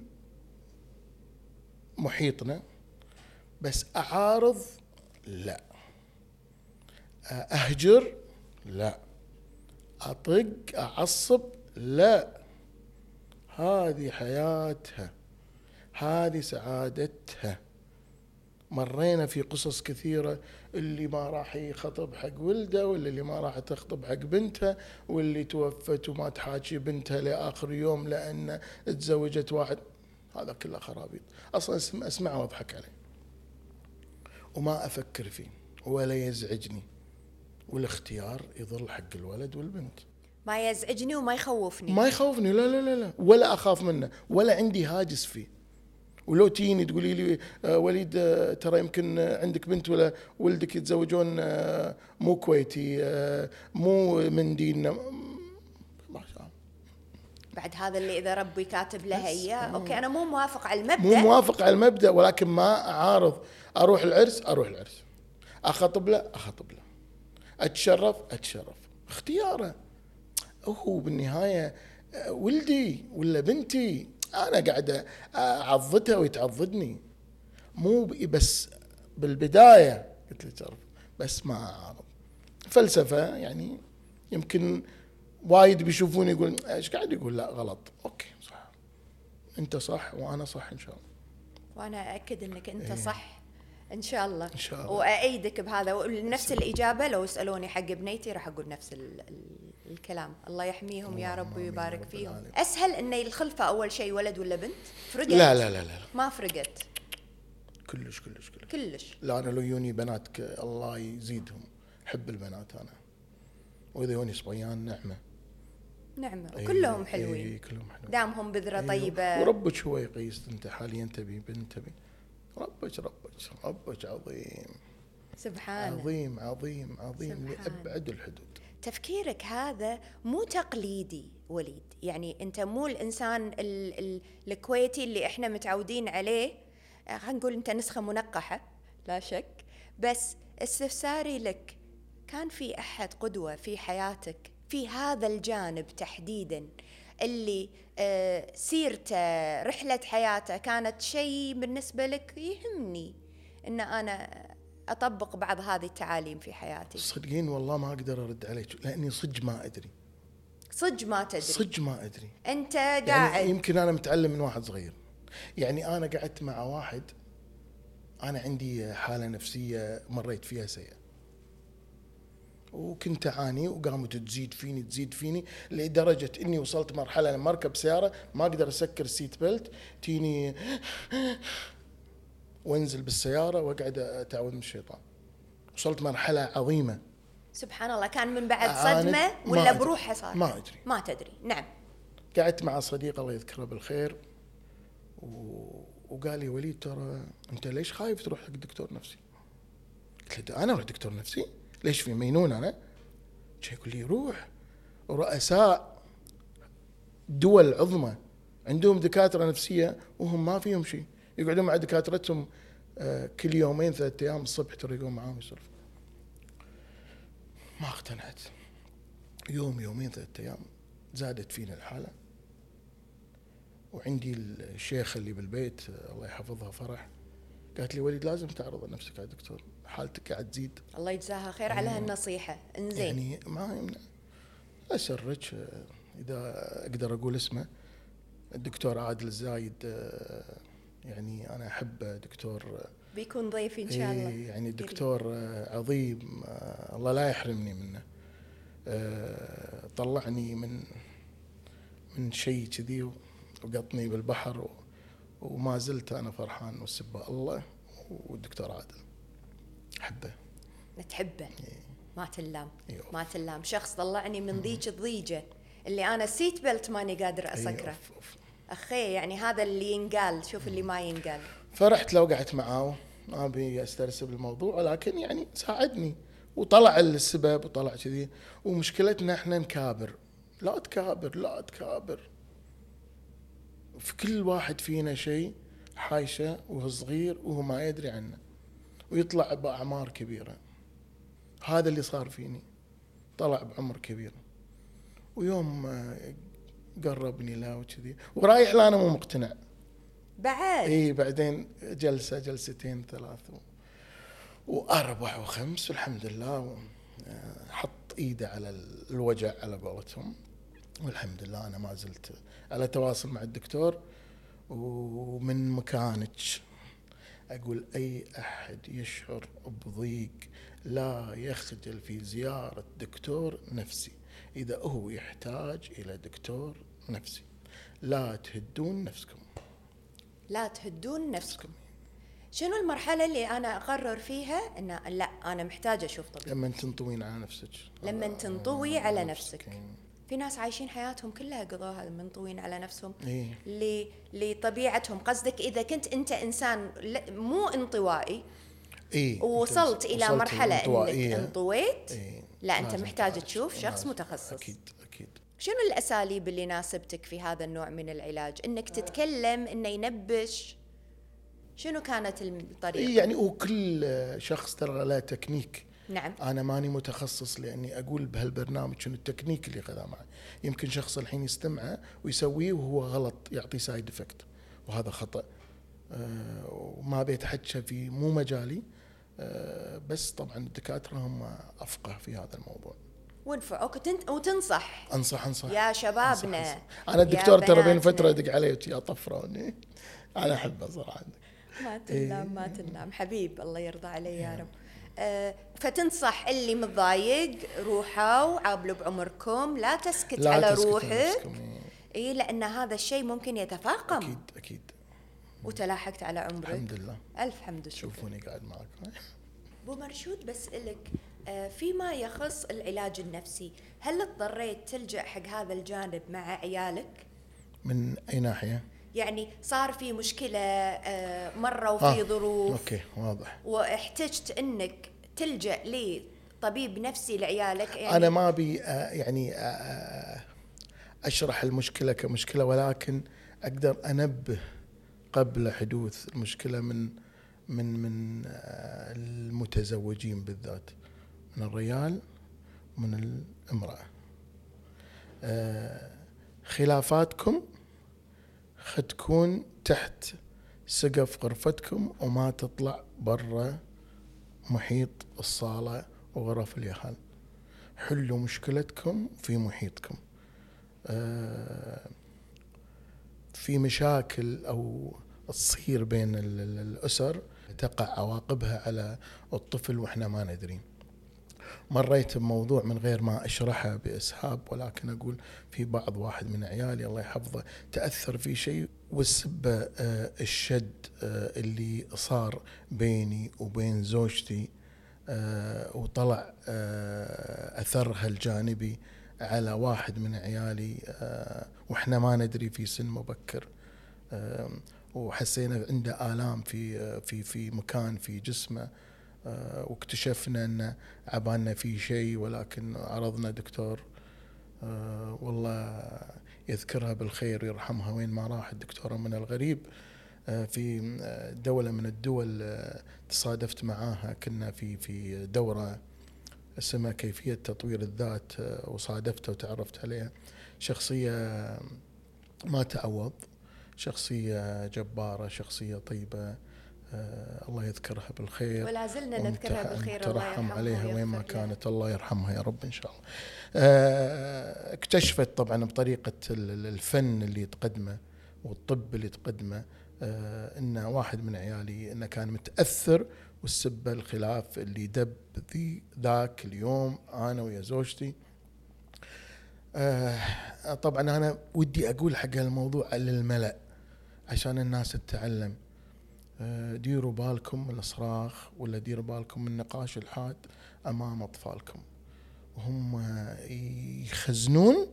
محيطنا، بس أعارض لا، أهجر لا، أطق أعصب لا. هذه حياتها، هذه سعادتها. مرينا في قصص كثيرة، اللي ما راح يخطب حق ولده، واللي ما راح تخطب حق بنتها، واللي توفت وما تحاكي بنتها لآخر يوم لأن تزوجت واحد. هذا كله خرابيط أصلا، أسمعه وأضحك عليه وما أفكر فيه ولا يزعجني. والاختيار يظل حق الولد والبنت. ما يزعجني وما يخوفني. لا لا لا لا، ولا أخاف منه ولا عندي هاجس فيه. ولو تيني تقولي لي وليد ترى يمكن عندك بنت ولا ولدك يتزوجون مو كويتي، مو من ديننا، ما شاء الله. بعد هذا اللي إذا ربي كاتب لها إياه، أوكي أنا مو موافق على المبدأ، ولكن ما أعارض. أروح العرس، أخطب له، أتشرف، اختياره هو بالنهاية. ولدي ولا بنتي أنا قاعدة أعضدها ويتعضدني، مو بس بالبداية قلت لك تعرف، بس ما أعرض. فلسفة يعني يمكن وايد بيشوفوني يقول إيش قاعد يقول، لا غلط، أوكي صح، أنت صح وأنا صح إن شاء الله. وأنا أأكد أنك أنت صح. ان شاء الله. إن شاء الله. واأيدك بهذا، ونفس الاجابه لو يسالوني حق بنيتي راح اقول نفس الكلام. الله يحميهم يا رب ويبارك فيهم. اسهل ان الخلفه اول شيء ولد ولا بنت؟ فرقت؟ لا لا لا لا ما فرقت كلش كلش كلش كلش. لا انا لو يوني بنات الله يزيدهم، احب البنات انا، واذا يوني صبيان نعمه وكلهم حلوين. اي كلهم حلوين دامهم بذره طيبه. وربك هو يقيس. انت حاليا تبي بنت، تبي ربك عظيم سبحانه. عظيم عظيم عظيم لأبعد الحدود. تفكيرك هذا مو تقليدي وليد، يعني أنت مو الإنسان الكويتي اللي إحنا متعودين عليه. خلينا نقول أنت نسخة منقحة لا شك، بس استفساري لك، كان في أحد قدوة في حياتك في هذا الجانب تحديداً، اللي سيرته رحلة حياته كانت شيء بالنسبة لك يهمني إن أنا أطبق بعض هذه التعاليم في حياتي؟ صدقين والله ما أقدر أرد عليك، لأني صدق ما أدري. صدق ما تدري؟ صدق ما أدري. أنت قاعد يعني يمكن أنا متعلم من واحد صغير. يعني أنا قعدت مع واحد، أنا عندي حالة نفسية مريت فيها سيئة، وكنت أعاني، وقامت تزيد فيني لدرجة إني وصلت مرحلة لما أركب سيارة ما أقدر أسكر السيت بيلت، تيني وانزل بالسيارة واقعد أتعوذ من الشيطان. وصلت مرحلة عظيمة. سبحان الله. كان من بعد صدمة ولا بروحها صار؟ ما تدري. نعم. قعدت مع صديق الله يذكره بالخير، وقال لي وليد ترى أنت ليش خايف تروح حق دكتور نفسي؟ قلت له أنا أروح دكتور نفسي؟ ليش في مينون أنا؟ يقول لي روح. رؤساء دول عظمى عندهم دكاترة نفسية وهم ما فيهم شيء، يقعدون مع دكاترتهم كل يومين 3 أيام الصبح تريقون معاهم يسولفون. ما اقتنعت. يومين 3 أيام زادت فينا الحالة، وعندي الشيخ اللي بالبيت الله يحفظها فرح قالت لي وليد لازم تعرض نفسك على الدكتور، حالتك قاعد تزيد. الله يجزاها خير على هالنصيحة. انزين. يعني ما يمنع أسرك إذا أقدر أقول اسمه، الدكتور عادل الزايد. يعني أنا أحب دكتور، بيكون ضيفي إن شاء الله. يعني دكتور عظيم، الله لا يحرمني منه. طلعني من شيء كذي وقطني بالبحر، وما زلت أنا فرحان والسبة الله والدكتور عادل أحبه. تحبه؟ ما تلام. ما تلام. شخص طلعني من ذيك الضيجة اللي أنا السيت بيلت ماني قادر أسكره. أخي يعني هذا اللي ينقال، شوف اللي ما ينقال. فرحت لو قعدت معاه، ما أبي أسترسل بالموضوع، ولكن يعني ساعدني وطلع السبب وطلع كذي. ومشكلتنا إحنا نكابر. لا تكابر. في كل واحد فينا شيء حايشة وهو صغير وهو ما يدري عنه، ويطلع بأعمار كبيرة. هذا اللي صار فيني، طلع بعمر كبير، ويوم قربني له وكذي ورايح له أنا مو مقتنع بعد. بعدين جلسة 2 3 و4 و5 والحمد لله، حط إيده على الوجع على قولتهم، والحمد لله أنا ما زلت على تواصل مع الدكتور. ومن مكانك أقول أي أحد يشعر بضيق لا يخجل في زيارة دكتور نفسي إذا هو يحتاج إلى دكتور نفسي. لا تهدون نفسكم. شنو المرحلة اللي أنا أقرر فيها إن لا أنا محتاجة أشوف طبيب؟ لما تنطوين على نفسك. لما تنطوي على نفسك. في ناس عايشين حياتهم كلها قضوها منطوين على نفسهم. لطبيعتهم. قصدك إذا كنت أنت إنسان مو انطوائي ووصلت إلى مرحلة إنك انطويت، لا أنت محتاج تشوف شخص متخصص. أكيد. شنو الأساليب اللي ناسبتك في هذا النوع من العلاج؟ إنك تتكلم، إنه ينبش، شنو كانت الطريقة؟ يعني وكل شخص ترى له تكنيك. نعم. أنا ماني متخصص لأني أقول بهالبرنامج شنو التكنيك اللي خذاه معي. يمكن شخص الحين يستمعه ويسويه وهو غلط، يعطي سايد افكت، وهذا خطأ. وما بيتحكى في مو مجالي. بس طبعا الدكاترة هم أفقه في هذا الموضوع. ونفعوك وتنصح. أنصح يا شبابنا. أنا الدكتور ترى بين فترة دق علي يا طفروني. أنا أحبه صراحة. ما تنام ما تنام حبيب، الله يرضى عليه يا رب. فتنصح اللي متضايق روحوا عابلوا بعمركم، لا تسكت لا على تسكتوا روحك. نفسكم. اي لان هذا الشيء ممكن يتفاقم. اكيد اكيد. وتلاحقت على عمرك الحمد لله. الف حمد وشكر. شوفوني قاعد معكم. ابو مرشود بسألك فيما يخص العلاج النفسي، هل اضطريت تلجأ حق هذا الجانب مع عيالك؟ من اي ناحيه؟ يعني صار في مشكلة مرة وفي ظروف اوكي واضح، واحتجت انك تلجأ لطبيب نفسي لعيالك. يعني انا ما ابي يعني اشرح المشكله كمشكله، ولكن اقدر انبه قبل حدوث المشكله من المتزوجين بالذات، من الرجال ومن الامراه. خلافاتكم تكون تحت سقف غرفتكم وما تطلع برا محيط الصالة وغرف اليهال. حلوا مشكلتكم في محيطكم. في مشاكل أو تصير بين الأسر تقع عواقبها على الطفل وإحنا ما ندري. مريت بموضوع من غير ما أشرحه بإسهاب، ولكن أقول في واحد من عيالي الله يحفظه تأثر في شيء، والسبة الشد اللي صار بيني وبين زوجتي، وطلع أثرها الجانبي على واحد من عيالي وإحنا ما ندري في سن مبكر. وحسينا عنده آلام في مكان في جسمه، واكتشفنا أن عبالنا في شيء، ولكن عرضنا دكتور والله يذكرها بالخير ويرحمها وين ما راح، الدكتورة من الغريب في دولة من الدول تصادفت معاها، كنا في دورة اسمها كيفية تطوير الذات، وصادفتها وتعرفت عليها. شخصية ما تعوض، شخصية جبارة، شخصية طيبة، الله يذكرها بالخير ولا زلنا نذكرها بالخير، الله يرحمها عليها وين ما كانت، الله يرحمها يا رب إن شاء الله. اكتشفت طبعا بطريقة الفن اللي تقدمه والطب اللي تقدمه إن واحد من عيالي إنه كان متأثر، والسبة الخلاف اللي دب ذاك اليوم أنا ويا زوجتي. طبعا أنا ودي أقول حق الموضوع للملأ عشان الناس تتعلم. ديروا بالكم من الصراخ، ولا ديروا بالكم من النقاش الحاد أمام أطفالكم، وهم يخزنون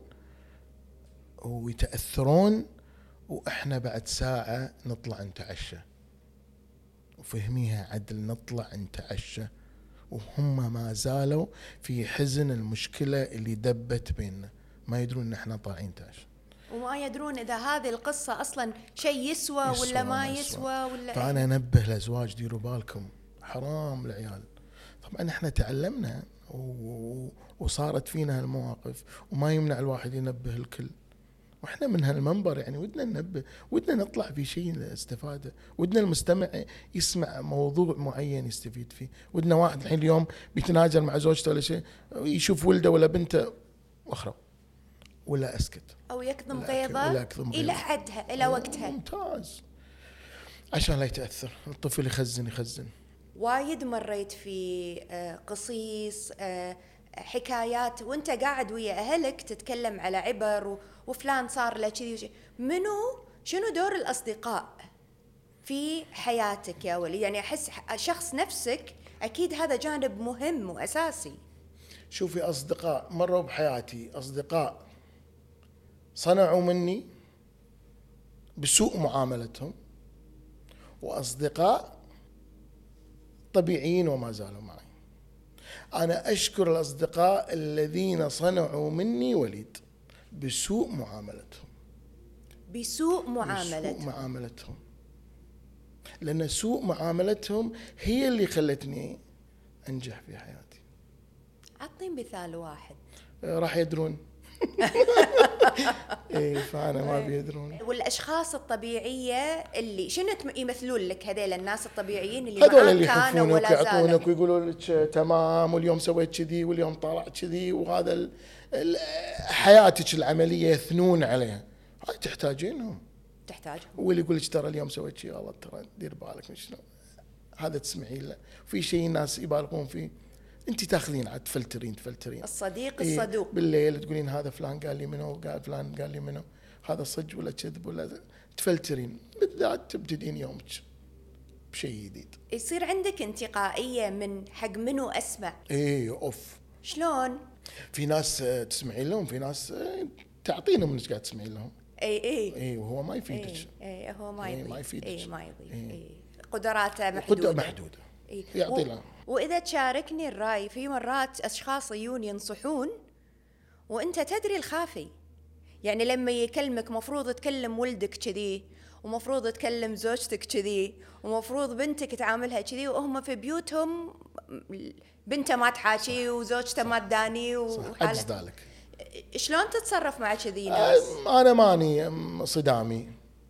ويتأثرون، وإحنا بعد ساعة نطلع نتعشى، وفهميها عدل، نطلع نتعشى وهم ما زالوا في حزن المشكلة اللي دبت بيننا، ما يدرون إن إحنا طالعين نتعشى، وما يدرون إذا هذه القصة أصلا شيء يسوى ولا ما يسوى ولا. فأنا أنبه الأزواج ديروا بالكم، حرام العيال. طبعا إحنا تعلمنا وصارت فينا هالمواقف، وما يمنع الواحد ينبه الكل، وإحنا من هالمنبر يعني ودنا ننبه، ودنا نطلع في شيء استفادة، ودنا المستمع يسمع موضوع معين يستفيد فيه. ودنا واحد الحين اليوم بيتناجر مع زوجته ولا شيء، يشوف ولده ولا بنته واخره ولا اسكت، او يكظم غيظه الى حدها الى وقتها. ممتاز، عشان لا يتاثر الطفل، يخزن. وايد مريت في قصيص حكايات وانت قاعد ويا اهلك تتكلم على عبر وفلان صار له كذي. شنو دور الاصدقاء في حياتك يا ولي؟ يعني احس شخص نفسك اكيد هذا جانب مهم واساسي. شوفي، اصدقاء مروا بحياتي، اصدقاء صنعوا مني بسوء معاملتهم، واصدقاء طبيعيين وما زالوا معي. أنا أشكر الأصدقاء الذين صنعوا مني وليد بسوء معاملتهم. بسوء معاملتهم، لأن سوء معاملتهم هي اللي خلتني أنجح في حياتي. أعطيني مثال واحد. راح يدرون. إيه، فأنا ما بيدرون. والأشخاص الطبيعية اللي شنو يمثلون لك؟ هذيل الناس الطبيعيين اللي هذول اللي يحفونك ويعطونك ويقولوا لك تمام، واليوم سويت كذي، واليوم طلعت كذي، وهذا حياتك العملية يثنون عليها، هاي تحتاجينهم. تحتاجهم. واللي يقول لك ترى اليوم سويت شيء غلط، ترى دير بالك من شنو هذا تسمعين له. في شيء الناس يبالغون فيه، انت تاخذين عاد تفلترين الصديق الصدوق. بالليل تقولين هذا فلان قال لي منه، فلان قال لي منه، هذا صدق ولا كذب ولا تفلترين. بالذات تبتدين يومك بشيء جديد. يصير عندك انتقائية من حق منو أسمع. اوف. شلون؟ في ناس تسمعين لهم، في ناس تعطينهم انك قاعد تسمعين لهم. اي وهو ما يفيدك. هو ما يضيف. ما يفيدك. ما يضيف. قدراته محدودة. يعطي له. وإذا تشاركني الرأي، في مرات أشخاص يجون ينصحون وأنت تدري الخافي. يعني لما يكلمك مفروض تكلم ولدك كذي، ومفروض تكلم زوجتك كذي، ومفروض بنتك تعاملها كذي، وهم في بيوتهم بنته ما تحاكي وزوجته ما تداني عجز ذلك. شلون تتصرف مع كذي ناس؟ أنا ماني صدامي.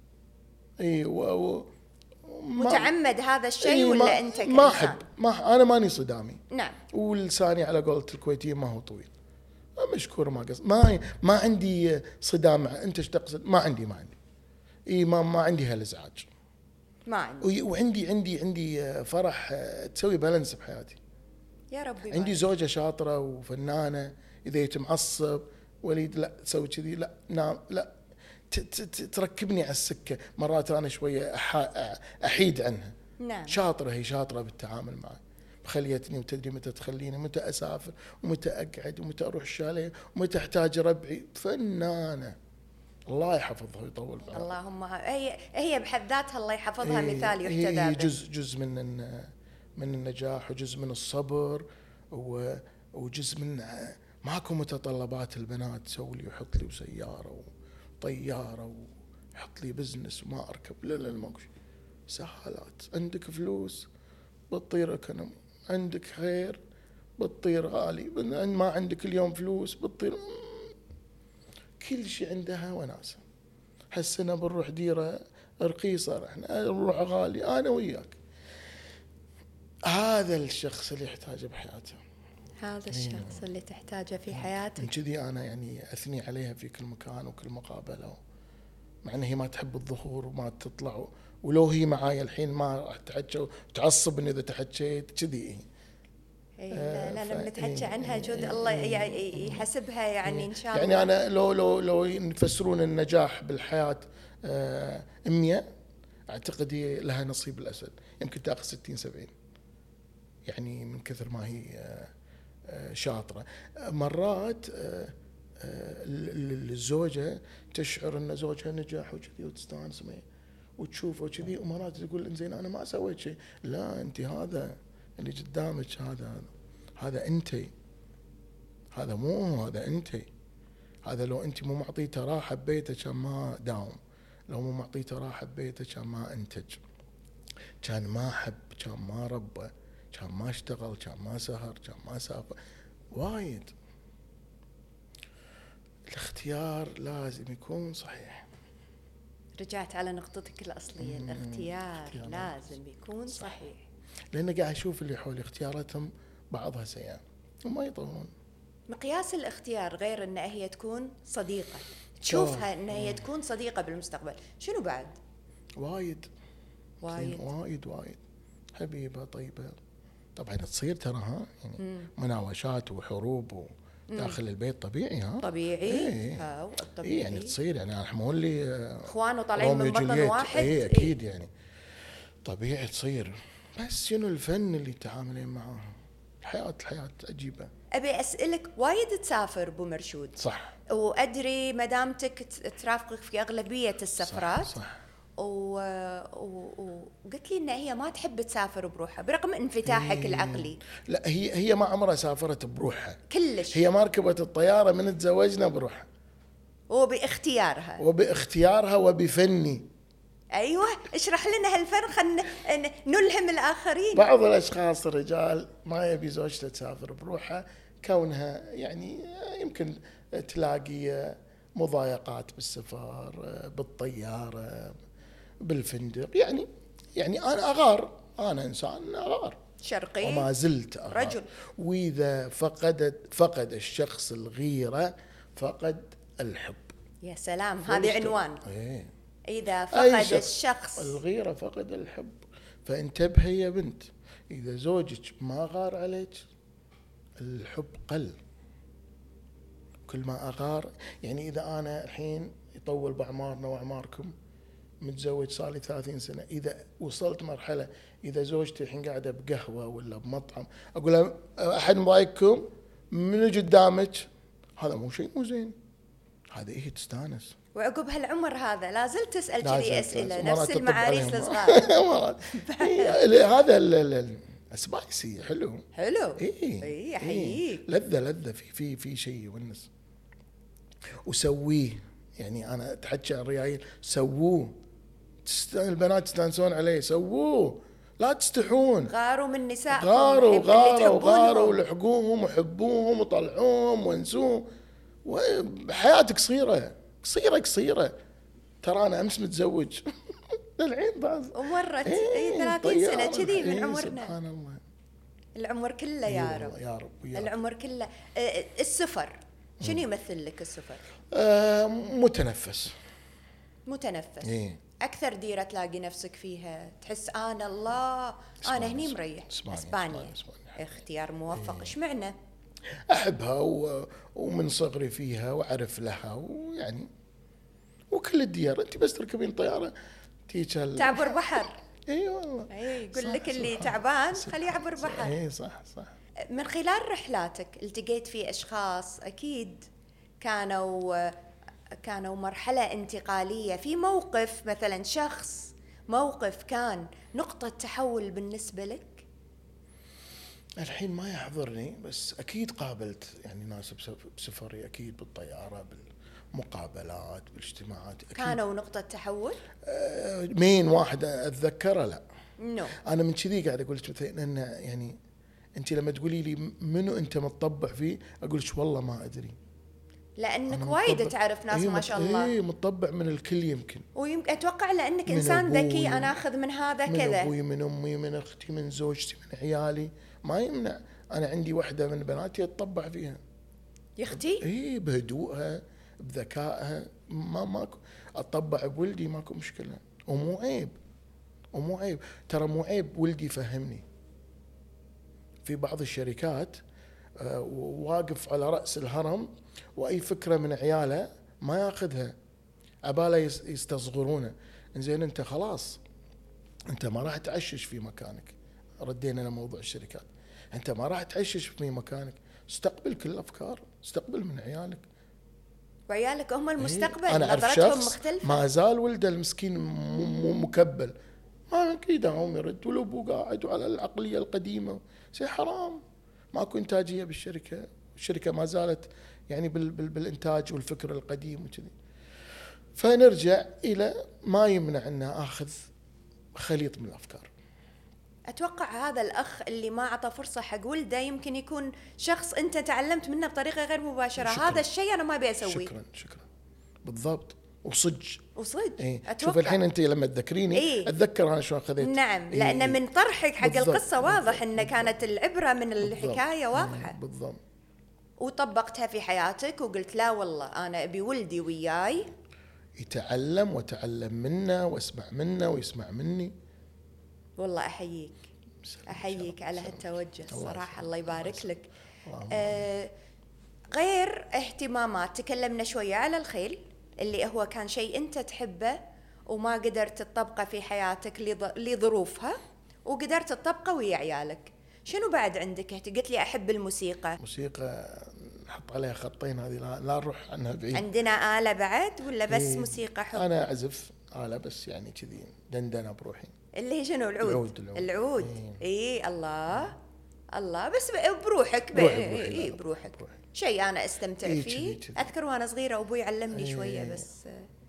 متعمد هذا الشيء ولا أنت كإنسان؟ ما أحب، أنا ماني صدامي. نعم. ولساني على قولة الكويتيين ما هو طويل. مشكور، ما قصد، ما عندي صدام. أنت ايش تقصد؟ ما عندي ما عندي هالازعاج. ما عندي. وعندي فرح تسوي بالانس بحياتي. يا ربي. عندي زوجة شاطرة وفنانة، إذا يتمعصب وليد لا تسوي كذي، لا نعم، لا تركبني على السكة. مرات أنا شوية أحيد عنها. نعم. هي شاطرة بالتعامل معي، خليتني وتدري متى تخليني، متى أسافر، ومتى أقعد، ومتى أروح الشاليه، ومتى أحتاج ربعي. فنانة، الله يحفظها ويطول بعمرها. اللهم هي بحد ذاتها الله يحفظها مثال يحتذى به. هي جزء من النجاح، وجزء من الصبر، وجزء من ماكو متطلبات البنات. سوي لي وحط لي وسيارة وطيارة وحط لي بزنس وما أركب. لا ماكو شيء. سهالات. عندك فلوس بتطير اكونومي، عندك خير بتطير غالي، ما عندك اليوم فلوس بتطير. كل شيء عندها وناسة. هالسنة بنروح ديرة رخيصة، احنا نروح غالي، أنا وياك. هذا الشخص اللي يحتاجه بحياته. هذا الشخص اللي تحتاجه في حياتك. من كذي أنا يعني أثني عليها في كل مكان وكل مقابلة، مع أنها هي ما تحب الظهور وما تطلع، ولو هي معايا الحين ما راح تحكي وتعصب إن إذا تحكيت كذي. لا لما نتحكي عنها جود الله يحسبها يعني إن شاء الله. يعني أنا لو يفسرون النجاح بالحياة 100، أعتقد هي لها نصيب الأسد، يمكن تأخذ 60-70، يعني من كثر ما هي شاطرة. مرات الزوجة تشعر أن زوجها نجح وكذي وتستانس معه وتشوفه وكذي، ومرات تقول إنزين أنا ما سويت شيء. لا، أنت هذا اللي قدامك، هذا أنتي، هذا مو هذا أنتي. هذا لو أنت مو معطيته راحة ببيته كان ما داوم، لو مو معطيته راحة ببيته كان ما أنتج، كان ما حب، كان ما ربى، كان ما اشتغل، كان ما سهر، كان ما سافر. وايد. الاختيار لازم يكون صحيح. رجعت على نقطتك الأصلية، الاختيار لازم يكون صحيح. لأن قاعد أشوف اللي حولي اختياراتهم بعضها سيئة وما يطورون. مقياس الاختيار غير أن هي تكون صديقة، تشوفها أن هي تكون صديقة بالمستقبل، شنو بعد؟ وايد حبيبة طيبة. طبعا تصير ترى يعني مناوشات وحروب داخل البيت طبيعي. طبيعي. طبيعي يعني تصير، يعني احنا مو اللي اخوان وطالعين من بطن واحد. اكيد يعني طبيعي تصير، بس شنو الفن اللي تعاملين معاه. الحياة عجيبة. ابي اسالك، وايد تسافر ابو مرشود؟ صح. وادري مدامتك ترافقك في اغلبية السفرات. صح. وقلت لي ان هي ما تحب تسافر بروحها برغم انفتاحك العقلي. لا، هي ما عمرها سافرت بروحها كلش. هي ما ركبت الطيارة من تزوجنا بروحها، وباختيارها وبفني. ايوه، اشرح لنا هالفرق، خلينا نلهم الاخرين. بعض الاشخاص الرجال ما يبي زوجته تسافر بروحها، كونها يعني يمكن تلاقي مضايقات بالسفر، بالطيارة، بالفندق. يعني أنا أغار، أنا إنسان أغار شرقي وما زلت أغار. رجل. وإذا فقد الشخص الغيرة فقد الحب. يا سلام، هذه عنوان. إذا أي فقد الشخص الغيرة فقد الحب. فانتبهي يا بنت، إذا زوجك ما غار عليك الحب قل. كل ما أغار، يعني إذا أنا الحين يطول بعمارنا وأعماركم، متزوج صار لي 30 سنة، إذا وصلت مرحلة إذا زوجتي الحين قاعدة بقهوة ولا بمطعم أقول لها أحد مضايقكم من قدامك، هذا مو شيء مو زين، هذا إيه تستانس. وعقب هالعمر هذا لازلت تسأل كذي أسئلة مرات نفس تطب المعاريس عليهم. الصغار. مرات. هذا السبايسي حلو. حلو. إيه أحييك. لذة في شيء يونس. وسويه، يعني أنا أتحكي عن الريايل، سووه. البنات تستانسون عليه، سووه، لا تستحون. غاروا من نسائكم، غاروا ولحقوهم وحبوهم وطلعوهم وانسوهم. وحياتك قصيرة. ترى أنا أمس متزوج الحين بعد ومرت 30 سنة كذي من عمرنا. سبحان الله. العمر كله يا رب. يا رب. العمر كله. السفر شنو يمثل لك السفر؟ متنفس. إيه؟ أكثر ديرة تلاقي نفسك فيها تحس أنا أنا هني مريح. إسبانيا. اختيار موفق. إيش معنى؟ أحبها ومن صغري فيها وأعرف لها، ويعني وكل الديار أنت بس تركبين طيارة تعبر بحر. اي والله. يقول لك اللي تعبان خليه يعبر بحر. اي صح. من خلال رحلاتك التقيت في اشخاص اكيد كانوا مرحلة انتقالية، في موقف مثلا موقف كان نقطة تحول بالنسبة لك؟ الحين ما يحضرني، بس اكيد قابلت يعني ناس بسفري، اكيد بالطيارة، بالمقابلات، بالاجتماعات، أكيد. كانوا نقطة تحول؟ مين واحد اتذكره؟ لا. انا من كذي قاعد اقول لك مثلا ان يعني انت لما تقولي لي منو انت متطبع فيه، اقول لك والله ما ادري، لانك وايد تعرف ناس ما شاء الله. متطبع من الكل يمكن اتوقع لانك انسان ذكي. انا اخذ من هذا كذا، من ابوي، من امي، من اختي، من زوجتي، من عيالي، ما يمنع. انا عندي واحده من بناتي اتطبع فيها يا اختي. بهدوءها، بذكائها، ماكو اطبع بولدي، ماكو مشكله. ومو عيب ترى، مو عيب ولدي يفهمني. في بعض الشركات واقف على رأس الهرم، واي فكره من عياله ما ياخذها، عباله يستصغرونه. انزين انت خلاص، انت ما راح تعشش في مكانك. ردينا لموضوع الشركات، انت ما راح تعشش في مكانك، استقبل كل الافكار، استقبل من عيالك. وعيالك هم المستقبل. أنا أعرف شخص ما زال ولده المسكين مكبل، ما أكيد هم يرد، والأبو قاعد على العقلية القديمة. حرام، ماكو إنتاجية بالشركة، الشركة ما زالت يعني بالإنتاج والفكر القديم وكذي. فنرجع إلى ما يمنع أن أخذ خليط من الأفكار. أتوقع هذا الأخ اللي ما عطى فرصة حق ولده يمكن يكون شخص أنت تعلمت منه بطريقة غير مباشرة. هذا الشيء أنا ما أبي أسويه. شكرا بالضبط. وصج. شوف الحين أنت لما تذكريني أتذكر أنا شو أخذت. نعم. لأن من طرحك حق القصة واضح أن كانت العبرة من الحكاية واضحة. بالضبط. وطبقتها في حياتك وقلت لا والله أنا أبي ولدي وياي يتعلم، وتعلم منا واسمع منا ويسمع مني. والله أحييك على هالتوجه صراحة. الله يبارك لك. غير اهتمامات، تكلمنا شوية على الخيل اللي هو كان شيء أنت تحبه وما قدرت تطبقه في حياتك لظروفها، وقدرت تطبقه ويا عيالك. شنو بعد عندك؟ قلت لي أحب الموسيقى. نحط عليها خطين، هذه لا نروح عنها بعيد. عندنا آلة بعد ولا بس موسيقى حب؟ أنا أعزف آلة بس يعني كذي دندنة بروحي. اللي هي شنو؟ العود. الله بس بروحك. بروحك. شيء أنا أستمتع فيه. أذكر وأنا صغيرة أبوي علمني شوية بس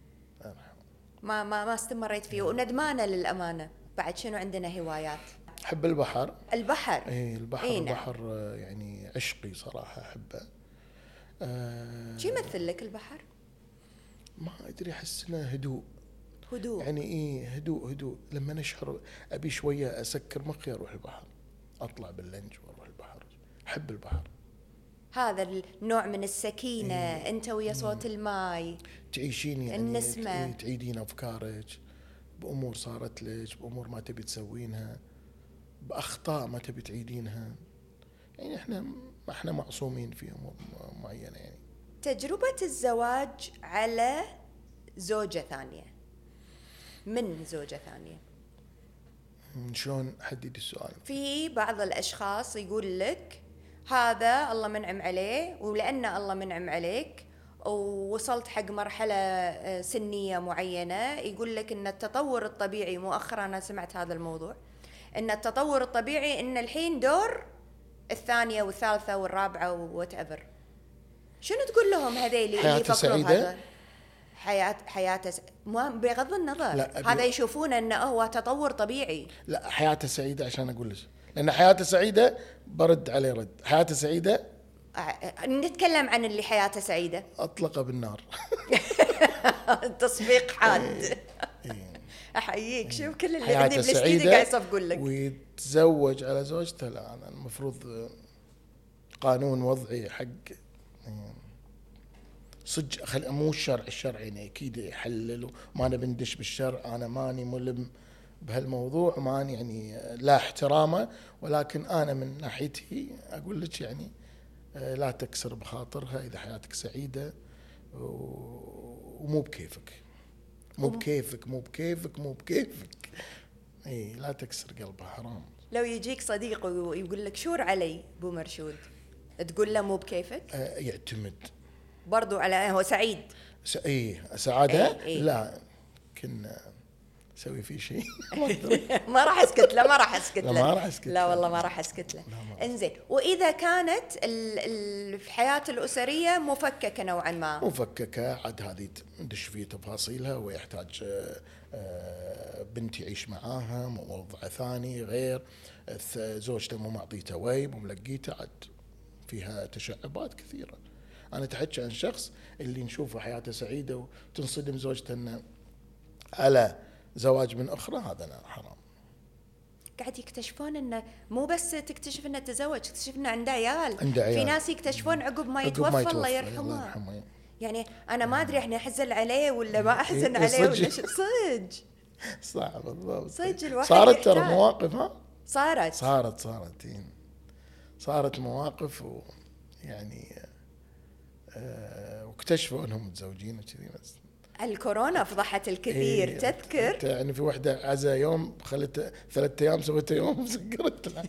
ما استمريت فيه، وندمانة للأمانة. بعد شنو عندنا هوايات؟ أحب البحر. البحر البحر يعني عشقي صراحة، أحبه. شو يمثل لك البحر؟ ما أدري، أحس إنه هدوء يعني هدوء. لما نشعر أبي شوية أسكر مخي أروح البحر، أطلع باللنج وأروح البحر. أحب البحر. هذا النوع من السكينة. أنت ويا صوت الماي تعيشين يعني النسمة. تعيدين أفكارك بأمور صارت لك، بأمور ما تبي تسوينها، بأخطاء ما تبي تعيدينها. يعني احنا معصومين في أمور معينة. يعني تجربة الزواج على زوجة ثانية، من زوجة ثانية، شلون حددي السؤال؟ في بعض الأشخاص يقول لك هذا الله منعم عليه، ولأن الله منعم عليك ووصلت حق مرحلة سنية معينة، يقول لك إن التطور الطبيعي، مؤخرا أنا سمعت هذا الموضوع، إن التطور الطبيعي إن الحين دور الثانية والثالثة والرابعة وواتيفر. شنو تقول لهم هذيلي اللي يفكروا بهذا؟ حياته بغض النظر هذا يشوفون انه هو تطور طبيعي. لا، حياته سعيده عشان اقول لك، لان حياته سعيده برد عليه رد. حياته سعيده نتكلم عن اللي حياته سعيده اطلقه بالنار. تصفيق حاد. احييك. شوف كل اللي عندي بالاستديو قاعد يصفقوا لك. ويتزوج على زوجته، لا أنا المفروض قانون وضعي حق صدق. مو الشرع يعني اكيد يحلل، وما انا بندش بالشرع، انا ماني ملم بهالموضوع، ماني يعني لا احترامه، ولكن انا من ناحيتي اقول لك يعني لا تكسر بخاطرها اذا حياتك سعيده، ومو بكيفك مو بكيفك. اي لا تكسر قلبها، حرام. لو يجيك صديق ويقول لك شور علي ابو مرشود، تقول له مو بكيفك؟ يعتمد برضو على هو سعيد. سعادة. لا كنا نسوي فيه شيء. ما راح اسكت له. لا والله ما راح اسكت له. انزين، واذا كانت الحياة الأسرية مفككة نوعا ما، مفككة عاد هذه ندش في تفاصيلها، ويحتاج بنت يعيش معاها، وضع ثاني غير زوجته مو معطيته ويب وملقيته، عاد فيها تشعبات كثيرة. أنا تحكي عن شخص اللي نشوفه حياته سعيدة وتنصدم زوجته إنه على زواج من أخرى، هذا حرام. قاعد يكتشفون إنه مو بس تكتشف إنه تزوج، تكتشف إنه عنده عيال. في ناس يكتشفون عقب ما يتوفى الله يرحمه. يعني أنا ما أدري إحنا أحزن عليه ولا ما أحزن عليه ولا شو. صدق صعب بالضبط. صدق الواحد صارت ترى مواقف. صارت مواقف ويعني واكتشفوا انهم متزوجين وكذي. بس الكورونا فضحت الكثير. تذكر يعني في وحده عزا يوم خلت 3 أيام سويت يوم وسكرت لها.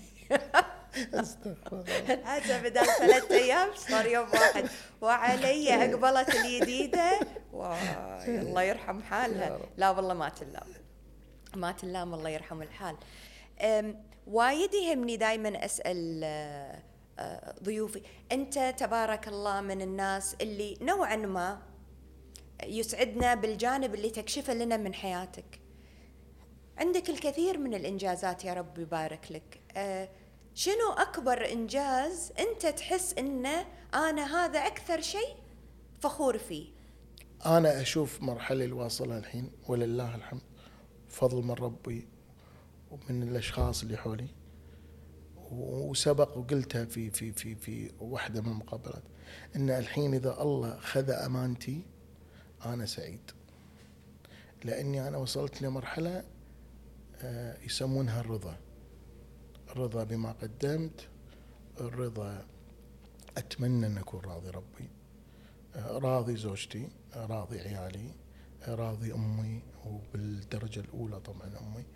عزا بدل 3 أيام صار يوم واحد، وعلي أقبلت الجديدة. الله يرحم حالها. لا والله ما تلام الله يرحم الحال. وايد يهمني دايما أسأل ضيوفي، أنت تبارك الله من الناس اللي نوعا ما يسعدنا بالجانب اللي تكشفه لنا من حياتك. عندك الكثير من الإنجازات، يا رب يبارك لك. شنو أكبر إنجاز أنت تحس إنه أنا هذا أكثر شيء فخور فيه؟ أنا أشوف مرحلة اللي واصلها الحين ولله الحمد، فضل من ربي ومن الأشخاص اللي حولي، وسبق وقلتها في واحدة من المقابلات، إن الحين إذا الله خذ أمانتي أنا سعيد، لأني أنا وصلت لمرحلة يسمونها الرضا بما قدمت، الرضا أتمنى أن أكون راضي ربي، راضي زوجتي، راضي عيالي، راضي أمي، وبالدرجة الأولى طبعا أمي.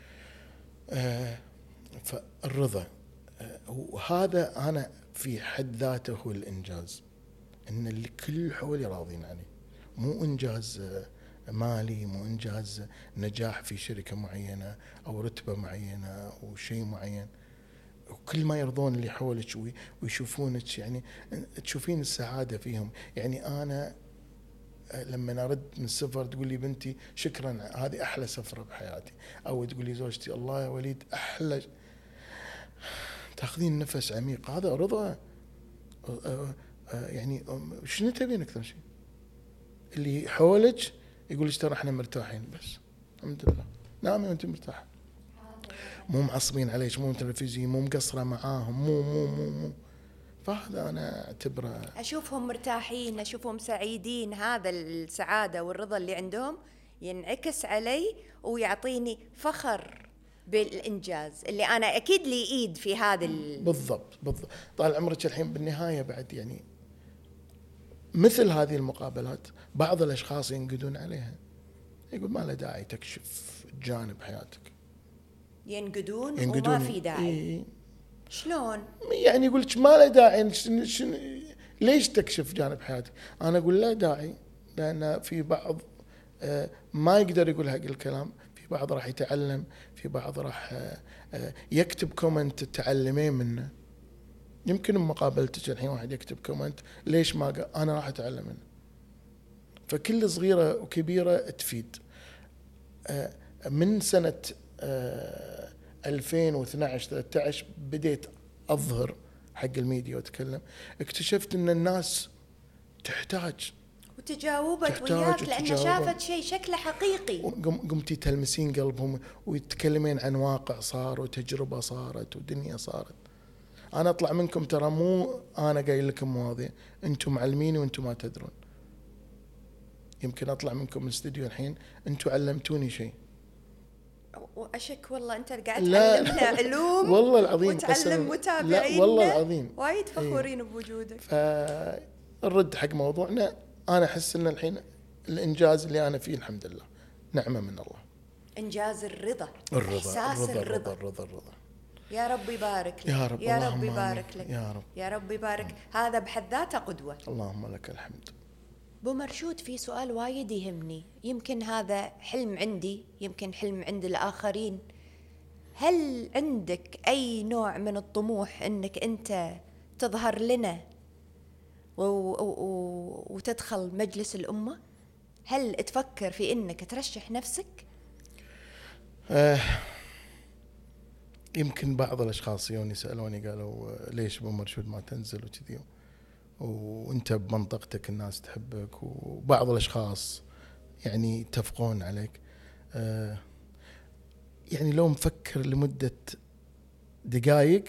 فالرضا وهذا أنا في حد ذاته هو الإنجاز، إن اللي كل حولي راضين عليه، مو إنجاز مالي، مو إنجاز نجاح في شركة معينة أو رتبة معينة أو شيء معين، وكل ما يرضون اللي حولك ويشوفونك، يعني تشوفين السعادة فيهم. يعني أنا لما أرد من السفر تقول لي بنتي شكرا، هذه أحلى سفرة بحياتي، أو تقول لي زوجتي الله يا وليد أحلى، تأخذين نفس عميق، هذا رضا. يعني شنو تبين أكثر شيء؟ اللي حولك يقول لك ترى احنا مرتاحين، بس الحمد لله نامي وانت مرتاحه، مو معصبين عليك، مو تلفزيون، مو مقصره معاهم، مو فهذا أنا أعتبره أشوفهم مرتاحين، أشوفهم سعيدين، هذا السعادة والرضا اللي عندهم ينعكس علي ويعطيني فخر بالإنجاز اللي أنا أكيد لي إيد في هذا بالضبط. طال عمرك الحين بالنهاية بعد يعني مثل هذه المقابلات بعض الأشخاص ينقدون عليها، يقول ما له داعي تكشف جانب حياتك. ينقدون وما في داعي. إيه. شلون؟ يعني يقول لك ما له داعي، ليش تكشف جانب حياتك؟ أنا أقول لا داعي، لأن في بعض ما يقدر يقول هذا الكلام، في بعض راح يتعلم، في بعض راح يكتب كومنت تتعلمين منه. يمكن مقابلتك الحين واحد يكتب كومنت ليش ما قال، أنا راح أتعلم منه. فكل صغيرة وكبيرة تفيد. من سنة 2012-13 بديت أظهر حق الميديا وأتكلم، اكتشفت أن الناس تحتاج وتجاوبت وياك لأن شافت شيء شكله حقيقي. قمتي تلمسين قلبهم ويتكلمين عن واقع صار وتجربة صارت ودنيا صارت. أنا أطلع منكم ترى مو أنا قايل لكم مواضيع، أنتم معلميني وأنتم ما تدرون. يمكن أطلع منكم من الاستديو الحين أنتم علمتوني شيء. وأشك والله أنت قاعد تعلمنا علوم والله العظيم، وتعلم متابعين. والله العظيم وايد فخورين بوجودك. فالرد حق موضوعنا، أنا أحس أن الحين الإنجاز اللي أنا فيه الحمد لله نعمة من الله. إنجاز الرضا. إحساس الرضا. يا رب يبارك لك. يا رب. يا رب يبارك لك. يا رب. يا رب يبارك. هذا بحد ذاته قدوة. اللهم لك الحمد. بو مرشود، في سؤال وايد يهمني، يمكن هذا حلم عندي، يمكن حلم عند الآخرين. هل عندك أي نوع من الطموح أنك أنت تظهر لنا وتدخل مجلس الأمة؟ هل تفكر في أنك ترشح نفسك؟ يمكن بعض الأشخاص يسألوني قالوا ليش بو مرشود ما تنزل وكذي، وانت بمنطقتك الناس تحبك، وبعض الاشخاص يعني يتفقون عليك. يعني لو مفكر لمدة دقائق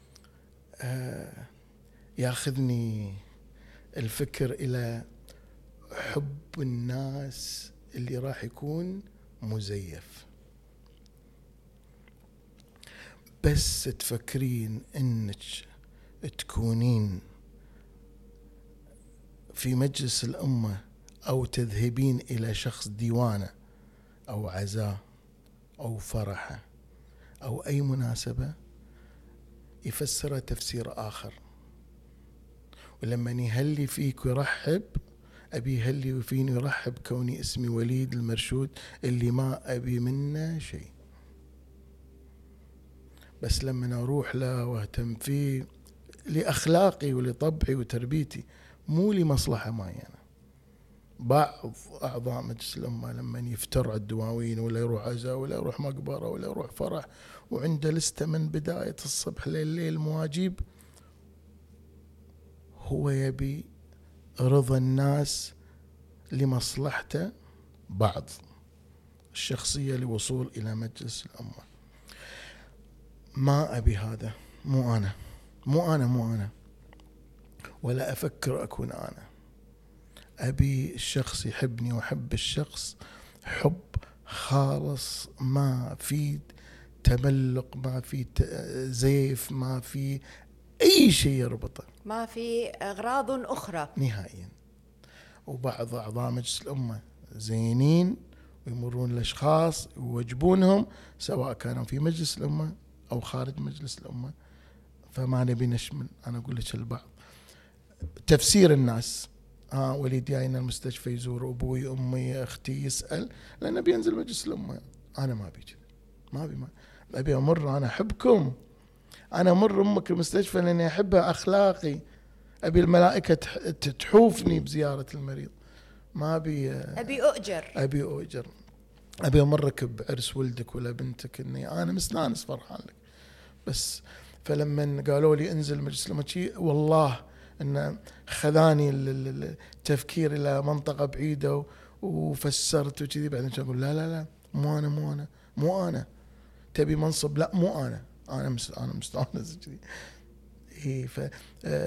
ياخذني الفكر الى حب الناس اللي راح يكون مزيف. بس تفكرين انك تكونين في مجلس الأمة أو تذهبين إلى شخص ديوانه أو عزاء أو فرحه أو أي مناسبة، يفسرها تفسير آخر. ولما يهلي فيك ويرحب، أبي يهلي فيني ويرحب كوني اسمي وليد المرشود اللي ما أبي منه شيء، بس لما أروح له واهتم فيه لأخلاقي ولطبعي وتربيتي، مو لمصلحة معينة. بعض أعضاء مجلس الأمة لما يفترع الدواوين ولا يروح عزاء ولا يروح مقبرة ولا يروح فرح وعنده لستة من بداية الصبح لليل مواجيب، هو يبي رضا الناس لمصلحته بعض الشخصية لوصول إلى مجلس الأمة. ما أبي هذا، مو أنا ولا أفكر أكون أنا. أبي الشخص يحبني وأحب الشخص حب خالص، ما في تملق، ما في زيف، ما في أي شيء يربطه، ما في أغراض أخرى نهائيا. وبعض أعضاء مجلس الأمة زينين ويمرون الأشخاص ويوجبونهم سواء كانوا في مجلس الأمة أو خارج مجلس الأمة، فما نبي نشمل. أنا أقول لك البعض تفسير الناس، وليد جاينا المستشفى يزور أبوي أمي أختي يسأل لأنه بينزل مجلس الأمة. أنا ما أبي كذا، ما أبي أمر، أنا أحبكم، أنا أمر أمك المستشفى لأني أحبها، أخلاقي، أبي الملائكة تحوفني بزيارة المريض، ما أبي أؤجر، أبي أمرك بعرس ولدك ولا بنتك إني أنا مستانس فرحان لك بس. فلما قالوا لي انزل مجلس الأمة والله إن خذاني التفكير إلى منطقة بعيدة وفسرت وكذي. بعدين أقول لا مو أنا تبي منصب، لا مو أنا مستانس كذي.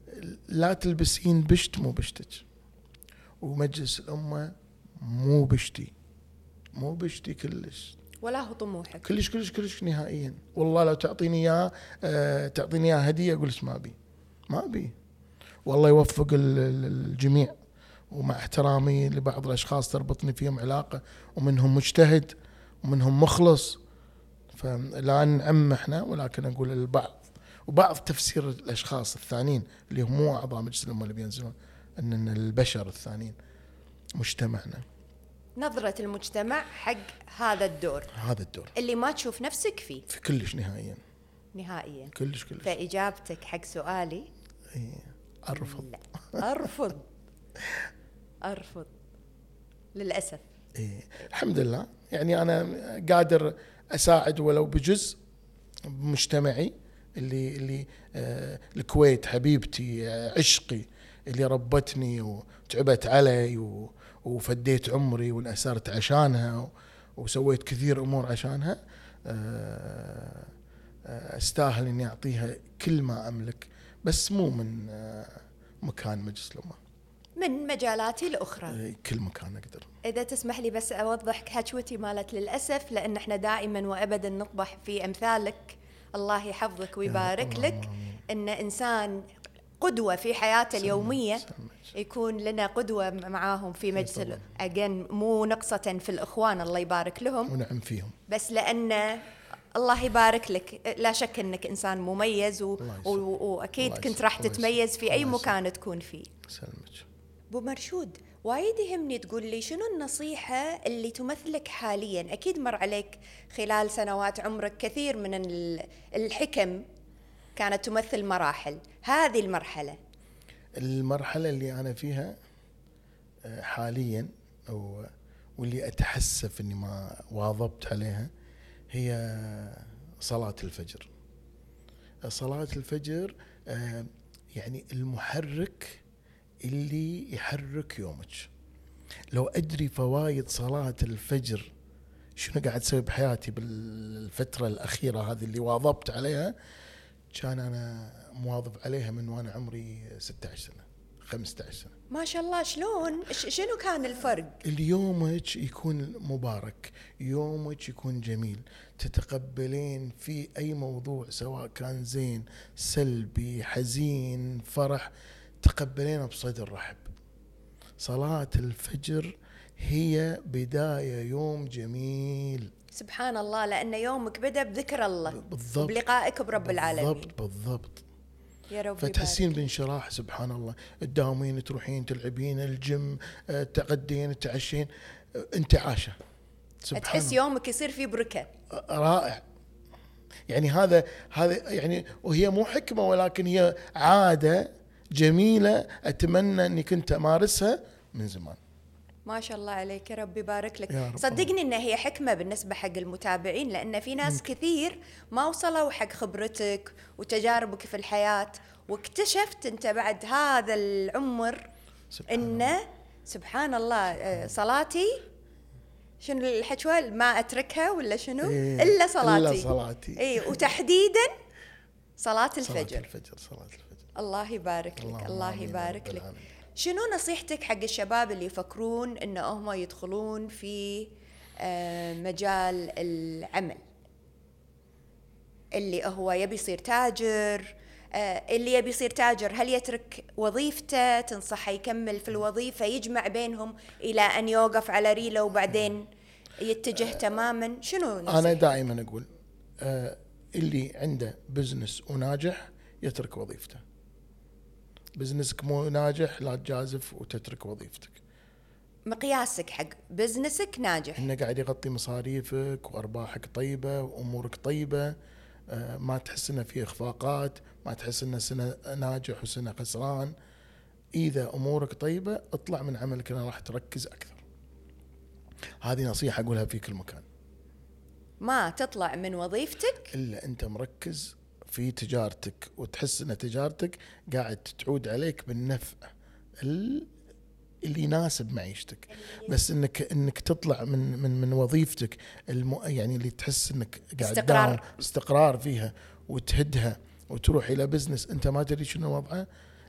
لا تلبسين بشت مو بشتك، ومجلس الأمة مو بشتي كلش، ولا هو طموحك؟ كلش نهائيا. والله لو تعطيني إياه هدية أقول لك ما أبي. والله يوفق الجميع، ومع احترامي لبعض الأشخاص تربطني فيهم علاقة، ومنهم مجتهد ومنهم مخلص، فلا نعم احنا، ولكن أقول البعض وبعض تفسير الأشخاص الثانيين اللي هم مو أعضاء مجلس الأمة اللي بينزلون، أن البشر الثانيين مجتمعنا. نظرة المجتمع حق هذا الدور اللي ما تشوف نفسك فيه في كلش نهائيا كلش. فإجابتك حق سؤالي أرفض. لا أرفض للأسف. الحمد لله، يعني أنا قادر أساعد ولو بجزء بمجتمعي اللي الكويت حبيبتي عشقي، اللي ربتني وتعبت علي وفديت عمري وانأسرت عشانها وسويت كثير أمور عشانها. أستاهل إني أعطيها كل ما أملك، بس مو من مكان مجلس الأمة، من مجالاتي الأخرى كل مكان أقدر. إذا تسمح لي بس أوضح هجوتي مالت للأسف، لأن احنا دائما وأبدا نطبح في أمثالك، الله يحفظك ويبارك لك، إن إنسان قدوة في حياته اليومية يكون لنا قدوة معاهم في مجلس أجن، مو نقصة في الإخوان الله يبارك لهم ونعم فيهم، بس لأن الله يبارك لك، لا شك أنك إنسان مميز وأكيد كنت راح تتميز في أي مكان تكون فيه. سلمك. أبو مرشود، وايد يهمني تقول لي شنو النصيحة اللي تمثلك حاليا. أكيد مر عليك خلال سنوات عمرك كثير من الحكم كانت تمثل مراحل، هذه المرحلة اللي أنا فيها حاليا واللي أتحسف أني ما واظبت عليها هي صلاة الفجر. صلاة الفجر يعني المحرك اللي يحرك يومك. لو أدري فوائد صلاة الفجر شنو قاعد أسوي بحياتي بالفترة الأخيرة هذه اللي واظبت عليها، كان أنا مواظب عليها من وأنا عمري 16 سنة 15 سنة. ما شاء الله. شنو كان الفرق؟ اليومك يكون مبارك، يومك يكون جميل، تتقبلين في أي موضوع سواء كان زين سلبي حزين فرح، تقبلينه بصدر رحب. صلاة الفجر هي بداية يوم جميل. سبحان الله، لأن يومك بدأ بذكر الله بالضبط، بلقائك برب العالمين. بالضبط. يا رب فتحسين بانشراح سبحان الله، تداومين تروحين تلعبين الجيم تغدين تعشين انتعاشة، تحس يومك يصير فيه بركة. رائع. يعني هذا يعني، وهي مو حكمة ولكن هي عادة جميلة أتمنى أني كنت أمارسها من زمان. ما شاء الله عليك، يا رب يبارك لك. صدقني إن هي حكمة بالنسبة حق المتابعين، لأن في ناس كثير ما وصلوا حق خبرتك وتجاربك في الحياة، واكتشفت أنت بعد هذا العمر إنه سبحان الله صلاتي شنو الحجوة ما أتركها ولا شنو إلا صلاتي. وتحديدا صلاة الفجر. صلاة الفجر. الله يبارك لك، الله يبارك لك. شنو نصيحتك حق الشباب اللي يفكرون إنه هم يدخلون في مجال العمل، اللي هو يبي يصير تاجر، اللي يبي يصير تاجر هل يترك وظيفته؟ تنصحه يكمل في الوظيفة يجمع بينهم إلى أن يوقف على ريله وبعدين يتجه تماما؟ شنو نصيحتك؟ أنا دائما أقول اللي عنده بزنس وناجح يترك وظيفته. بزنسك مو ناجح لا تجازف وتترك وظيفتك. مقياسك حق بزنسك ناجح إنه قاعد يغطي مصاريفك وأرباحك طيبة وأمورك طيبة، ما تحس إنه في إخفاقات، ما تحس إنه سنة ناجح وسنة خسران. إذا أمورك طيبة اطلع من عملك، أنا راح تركز أكثر. هذه نصيحة أقولها في كل مكان. ما تطلع من وظيفتك إلا أنت مركز في تجارتك وتحس ان تجارتك قاعد تعود عليك بالنفع اللي يناسب معيشتك. بس انك تطلع من وظيفتك يعني اللي تحس انك قاعد استقرار فيها وتهدها وتروح الى بزنس انت ما تدري شنو وضعه،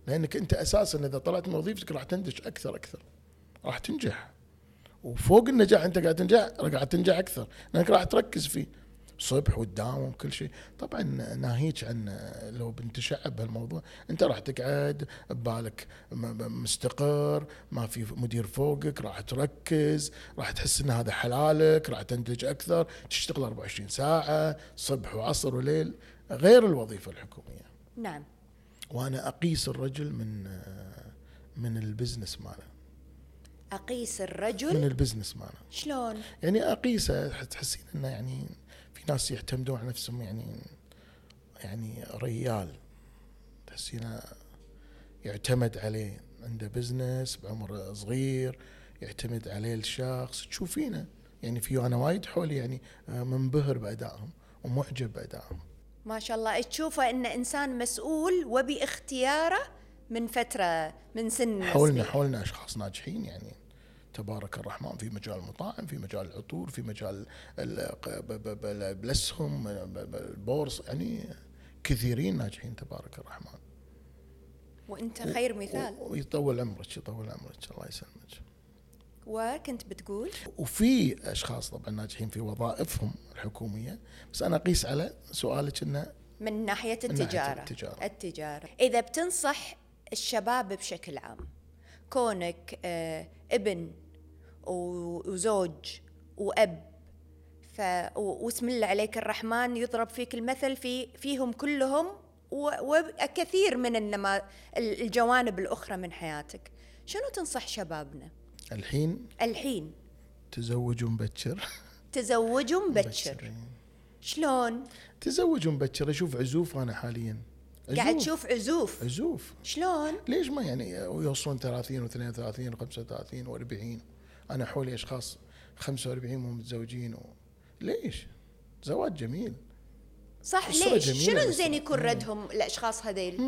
لانك انت اساسا اذا طلعت من وظيفتك راح تنتج اكثر، راح تنجح، وفوق النجاح انت قاعد تنجح، قاعد تنجح اكثر لانك راح تركز فيه صبح وتداوم وكل شيء. طبعا ناهيك عن لو بنتشعب بهالموضوع، انت راح تقعد ببالك مستقر، ما في مدير فوقك، راح تركز، راح تحس ان هذا حلالك، راح تنتج اكثر، تشتغل 24 ساعه صبح وعصر وليل، غير الوظيفه الحكوميه. نعم. وانا اقيس الرجل من البزنس ماله. اقيس الرجل من البزنس ماله شلون؟ يعني اقيسه، تحسين انه يعني في ناس يعتمدون على نفسهم، يعني ريال تحسينه يعتمد عليه، عنده بزنس بعمر صغير يعتمد عليه الشخص. تشوفينه يعني في انا وايد حولي يعني منبهر بادائهم ومعجب بادائهم. ما شاء الله. تشوفه انه انسان مسؤول وباختياره من فتره، من سن حولنا اشخاص ناجحين يعني تبارك الرحمن، في مجال المطاعم، في مجال العطور، في مجال الاسهم، البورصه، يعني كثيرين ناجحين تبارك الرحمن. وانت خير مثال. ويطول عمرك، يطول عمرك، الله يسلمك. وكنت بتقول وفي اشخاص طبعا ناجحين في وظائفهم الحكوميه، بس انا اقيس على سؤالك انه من ناحيه التجاره. اذا بتنصح الشباب بشكل عام، كونك ابن وزوج وأب، واسم الله عليك الرحمن يضرب فيك المثل فيهم كلهم وكثير من الجوانب الأخرى من حياتك، شنو تنصح شبابنا الحين؟ تزوجوا مبكر. تزوجوا مبكر. شلون تزوجوا مبكر؟ اشوف عزوف انا حاليا. قاعد تشوف عزوف شلون؟ ليش ما يعني يوصلون 30 و32 و35 و40؟ انا حولي اشخاص 45 مو متزوجين ليش؟ زواج جميل صح. ليش؟ شنو زين يكون ردهم الاشخاص هذيل؟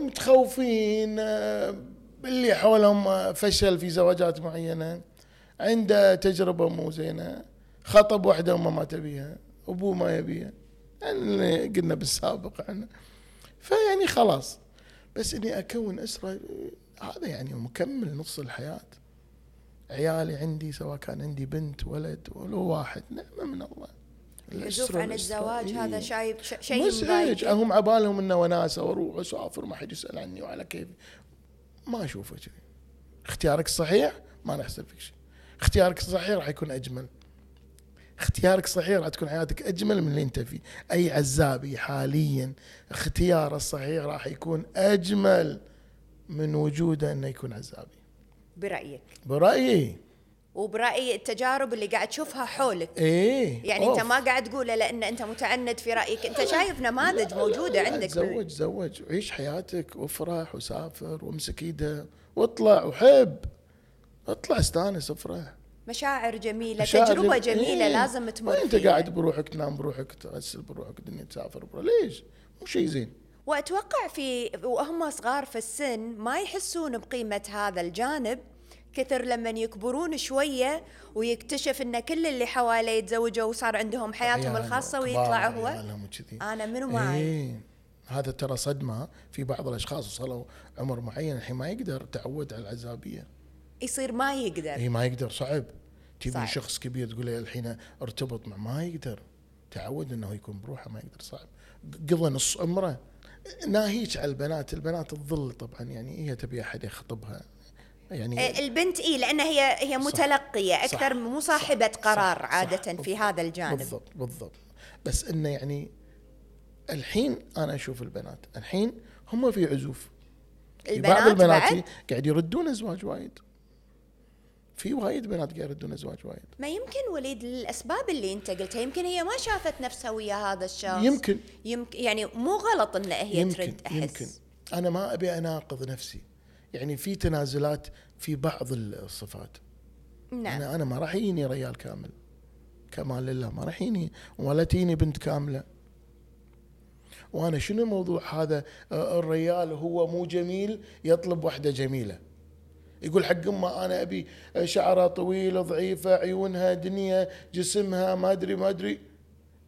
متخوفين، اللي حولهم فشل في زواجات معينه، عنده تجربه مو زينه، خطب واحده وما ما تبيها، ابوه ما يبيها، يعني اللي قلنا بالسابق عنه. فيعني خلاص، بس اني اكون اسره هذا يعني مكمل نص الحياه. عيالي عندي، سواء كان عندي بنت ولد ولو واحد، نعمه من الله. العزوف عن الزواج هذا شيء مزعج. هم عبالهم انه وناسه واروح واسافر ما حد يسال عني وعلى كيفي. ما اشوفه كذي. اختيارك الصحيح ما نحسب فيك شيء. اختيارك الصحيح راح يكون اجمل. اختيارك صحيح راح تكون حياتك أجمل من اللي أنت فيه. أي عزابي حاليا اختياره الصحيح راح يكون أجمل من وجوده أنه يكون عزابي. برأيك؟ برأيي وبرأي التجارب اللي قاعد تشوفها حولك. يعني أنت ما قاعد تقوله لأن أنت متعند في رأيك، أنت شايف نماذج موجودة عندك. زوج وعيش حياتك وافرح وسافر وامسك ايده واطلع وحب، اطلع استانس افرح. مشاعر جميلة، تجربة جميلة لازم تمر فيها. انت قاعد بروحك، تنام بروحك، تغسل بروحك، الدنيا تسافر بروحك، ليش؟ مو شيء زين. وأتوقع وهم صغار في السن ما يحسون بقيمة هذا الجانب كثر لما يكبرون شوية ويكتشف ان كل اللي حواليه يتزوجوا وصار عندهم حياتهم الخاصة ويطلع هو انا منو معي. هذا ترى صدمة في بعض الاشخاص وصلوا عمر معين الحين ما يقدر، تعود على العزابية، يصير ما يقدر. ما يقدر، صعب. تبي شخص كبير تقول له الحين ارتبط ما يقدر، تعود انه يكون بروحه، ما يقدر، صعب. قضى نص عمره. ناهيك على البنات تظل طبعا يعني هي تبي احد يخطبها، يعني البنت لأن هي متلقية أكثر، مو صاحبة قرار عادة في هذا الجانب. بالضبط. بس إنه يعني الحين أنا أشوف البنات الحين هم في عزوف. بعض البنات قاعد يردون أزواج وايد، في وايد بنات قاعد يردون أزواج وايد. ما يمكن وليد للأسباب اللي أنت قلتها، يمكن هي ما شافت نفسها ويا هذا الشخص. يمكن يعني مو غلط إن هي ترد. يمكن أنا ما أبي أناقض نفسي، يعني في تنازلات في بعض الصفات. نعم. أنا ما راح يجيني ريال كمال لله، ما راح يجيني ولا تجيني بنت كاملة. وأنا شنو الموضوع هذا؟ الريال هو مو جميل يطلب واحدة جميلة، يقول حق أمه أنا أبي شعرها طويل ضعيفة عيونها دنيا جسمها ما أدري.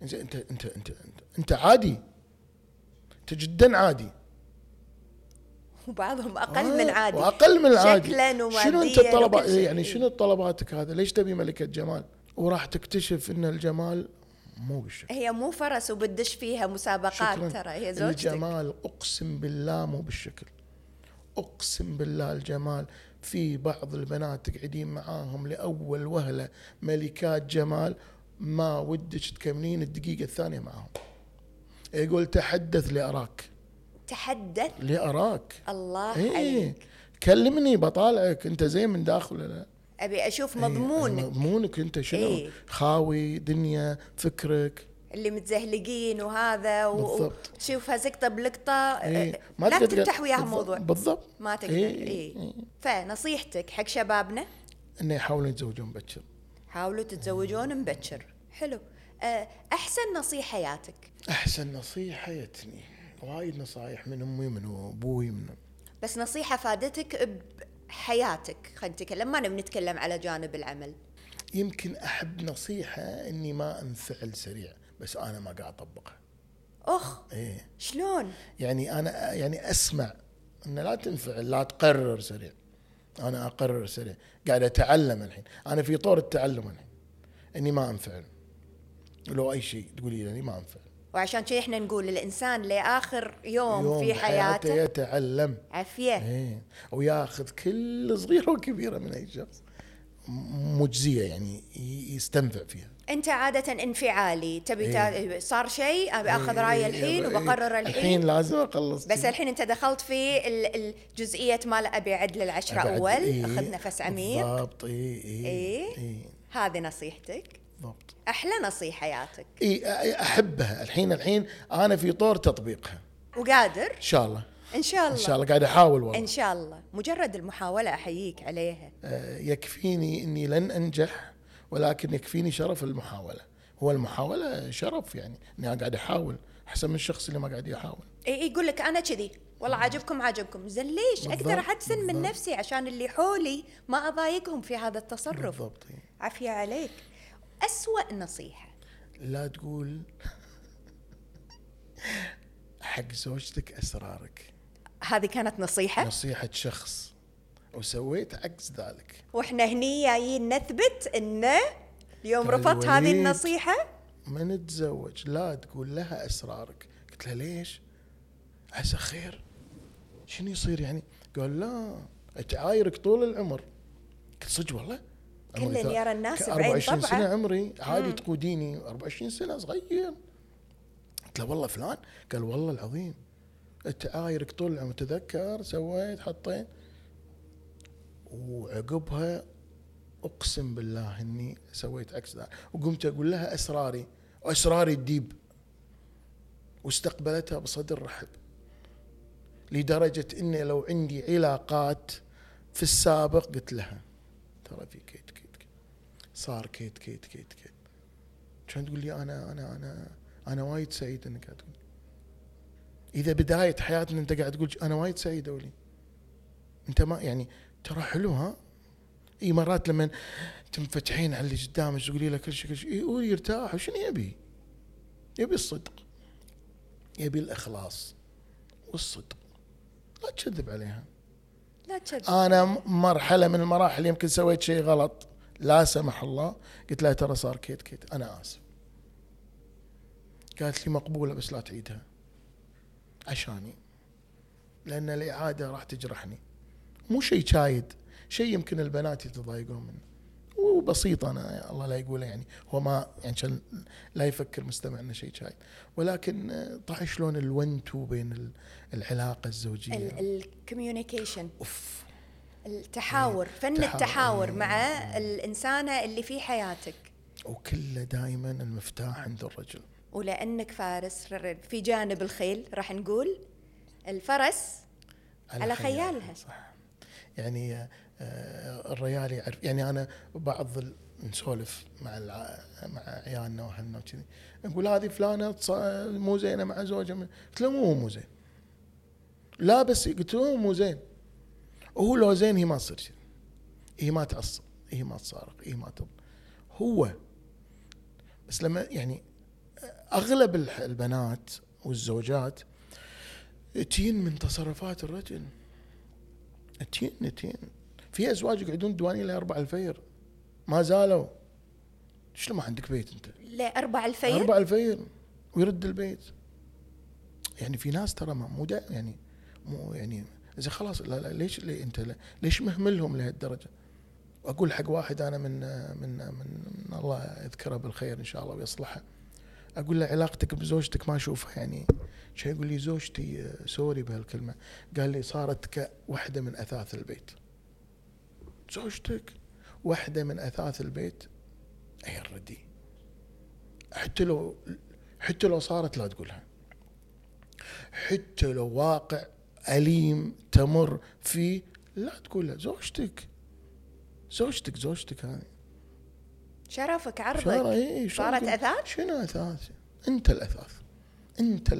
أنت عادي، أنت جدا عادي. وبعضهم أقل من عادي، وأقل من العادي. شكلاً شنو أنت ومادياً الطلبات وكل شيء. يعني شنو طلباتك هذا؟ ليش تبي ملكة جمال؟ وراح تكتشف إن الجمال مو بالشكل. هي مو فرس وبدش فيها مسابقات، ترى هي زوجتك. الجمال أقسم بالله مو بالشكل، أقسم بالله الجمال. في بعض البنات تقعدين معاهم لأول وهلة ملكات جمال ما ودك تكملين الدقيقة الثانية معاهم. يقول تحدث لأراك، تحدث لأراك. الله عليك، كلمني بطالعك انت زين من داخل ولا لا. ابي اشوف مضمونك. مضمونك انت شنو. خاوي دنيا فكرك اللي متزهلقين وهذا وشوفها زقطه بلقطه. ما لا تفتح وياها موضوع بالضبط، ما تقدر. فنصيحتك حق شبابنا انه يحاولون يتزوجون مبكر. حاولوا تتزوجون مبكر. حلو. احسن نصيحه ياتك؟ احسن نصيحه يتني وايد نصايح من امي من ابوي من، بس نصيحه فادتك بحياتك. خلينا نتكلم، ما نبي نتكلم على جانب العمل. يمكن احب نصيحه اني ما انفعل سريع، بس انا ما قاعد اطبقها. شلون يعني انا يعني اسمع ان لا تنفعل، لا تقرر سريع. انا اقرر سريع، قاعد اتعلم الحين، انا في طور التعلم الحين اني ما انفعل. لو اي شيء تقولي لي ما انفعل. وعشان كذا احنا نقول الانسان لاخر يوم في حياته يتعلم عافيه. وياخذ كل صغيره وكبيره من اي شخص مجزيه، يعني يستنفع فيها. انت عاده انفعالي، تبي صار شيء ابي اخذ راي الحين وبقرر الحين لازم اخلص. بس الحين انت دخلت في الجزئيه مال ابي اعدل العشرة اول. اخذ نفس عميق. بالضبط. هذه نصيحتك. بالضبط. احلى نصيحه حياتك. احبها. الحين انا في طور تطبيقها وقادر ان شاء الله. ان شاء الله. ان شاء الله قاعد احاول والله. ان شاء الله. مجرد المحاوله احييك عليها. يكفيني اني لن انجح، ولكن يكفيني شرف المحاوله. هو المحاوله شرف، يعني اني قاعد احاول احسن من الشخص اللي ما قاعد يحاول. يقول لك انا كذي والله عاجبكم زين ليش اقدر احسن من نفسي عشان اللي حولي ما اضايقهم في هذا التصرف. بالضبط. عافيه عليك. أسوأ نصيحة؟ لا تقول حق زوجتك أسرارك. هذه كانت نصيحة شخص وسويت عكس ذلك، وإحنا هني جايين نثبت إنه اليوم رفضت هذه النصيحة. من نتزوج لا تقول لها أسرارك. قلت لها ليش؟ عسى خير. شنو يصير يعني؟ قال لا تعايرك طول العمر. قلت صدق والله؟ كل يرى الناس بعين 24 سنة عمري عادي تقوديني 24 سنة صغير. قلت له والله فلان؟ قال والله العظيم تعايرك طول العمر. تذكر سويت حطيت. وعقبها أقسم بالله إني سويت عكس ذا، وقمت أقول لها أسراري وأسراري الديب، واستقبلتها بصدر رحب، لدرجة إني لو عندي علاقات في السابق قلت لها ترى في كيت صار كيت كان تقول لي أنا وايد سعيد إنك قاعد تقول. إذا بداية حياتنا أنت قاعد تقول أنا وايد سعيد أولي، أنت ما يعني ترى حلو ها. اي مرات لما تنفتحين على اللي قدامك تقولي له كل شيء هو يرتاح. وشنو يبي الصدق، يبي الإخلاص والصدق. لا تكذب عليها. لا تكذب. أنا مرحلة من المراحل يمكن سويت شيء غلط لا سمح الله، قلت لها ترى صار كيت أنا آسف. قالت لي مقبولة بس لا تعيدها عشاني، لأن الإعادة راح تجرحني. مو شيء شايد، شيء يمكن البنات يتضايقون منه وبسيط. أنا الله لا يقوله يعني، هو ما يعني عشان لا يفكر مستمع إنه شيء شايد، ولكن طيب شلون الونتو بين العلاقة الزوجية، الكوميونيكيشن، التحاور، فن التحاور مع الإنسانة اللي في حياتك. وكله دائما المفتاح عند الرجل. ولأنك فارس في جانب الخيل راح نقول الفرس على خيالها. صح. يعني الرجال يعرف. يعني أنا بعض نسولف مع عيالنا وأهلنا وكذي، نقول هذه فلانة مو زينة مع زوجها. قلت له مو زين. لا بس قلت له مو زين. وهو لو زين هي ما تصير شيء، هي ما تعصب، هي ما تصارخ، هي ما تضل. هو بس لما يعني أغلب البنات والزوجات تين من تصرفات الرجل. نتين في ازواج يقعدون ديوانيه ل4 الفجر ما زالوا. شلون ما عندك بيت انت؟ ل4 الفجر 4 الفجر ويرد البيت. يعني في ناس ترى مو يعني مو يعني اذا خلاص لا ليش انت ليش مهملهم لهالدرجه؟ اقول حق واحد انا من الله يذكره بالخير ان شاء الله ويصلحه، اقول له علاقتك بزوجتك ما اشوفها يعني شيء. يقول لي زوجتي سوري بهالكلمه، قال لي صارت كوحده من اثاث البيت. زوجتك واحده من اثاث البيت؟ اي الردي، حتى لو صارت لا تقولها، حتى لو واقع أليم تمر فيه لا تقولها. زوجتك هذه شرفك عرضك صارت أثاث. شنو أثاث؟ أنت الأثاث، أنت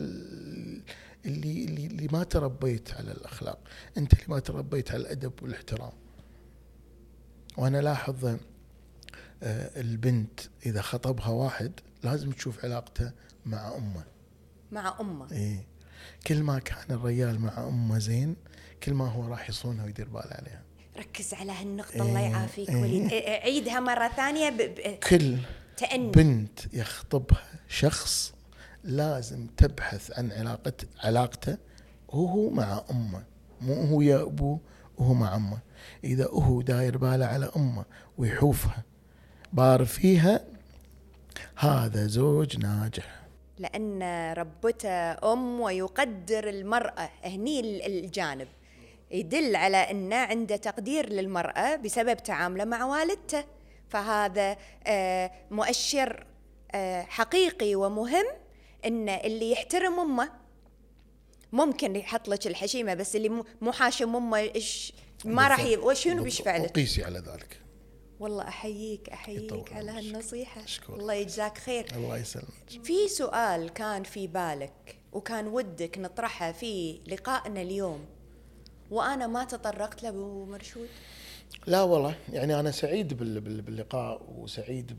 اللي ما تربيت على الأخلاق، أنت اللي ما تربيت على الأدب والاحترام. وأنا لاحظ البنت إذا خطبها واحد لازم تشوف علاقته مع أمه. إيه، كل ما كان الرجال مع أمه زين كل ما هو راح يصونها ويدير باله عليها. ركز على هالنقطة الله يعافيك وليد. عيدها مرة ثانية. كل تأني. بنت يخطبها شخص لازم تبحث عن علاقته هو مع أمه، مو هو يا أبوه، وهو مع أمه. إذا هو داير باله على أمه ويحوفها بار فيها هذا زوج ناجح، لأن ربته ويقدر المرأة. هني الجانب يدل على أنه عنده تقدير للمرأة بسبب تعامله مع والدته، فهذا مؤشر حقيقي ومهم. أن اللي يحترم أمه ممكن يحط لك الحشيمة، بس اللي مو حاشم أمه ما راح وشنو بيشفع لك. وقيسي على ذلك. والله أحييك على هالنصيحة. الله يجزاك خير. الله يسلمك. في سؤال كان في بالك وكان ودك نطرحه في لقائنا اليوم وأنا ما تطرقت له أبو مرشود؟ لا والله، يعني أنا سعيد باللقاء وسعيد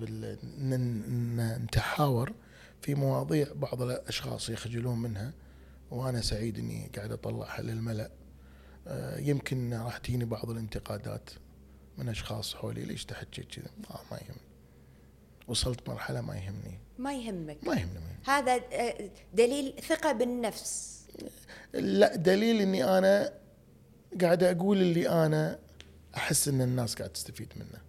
نتحاور في مواضيع بعض الأشخاص يخجلون منها، وأنا سعيد أني قاعد أطلعها للملأ. يمكن راح تجيني بعض الانتقادات من أشخاص حولي، ليش تحكي كذا؟ ما يهمني، وصلت مرحلة ما يهمني. ما يهمك؟ ما يهمني. هذا دليل ثقة بالنفس؟ لا، دليل أني أنا قاعد أقول اللي أنا أحس أن الناس قاعد تستفيد منه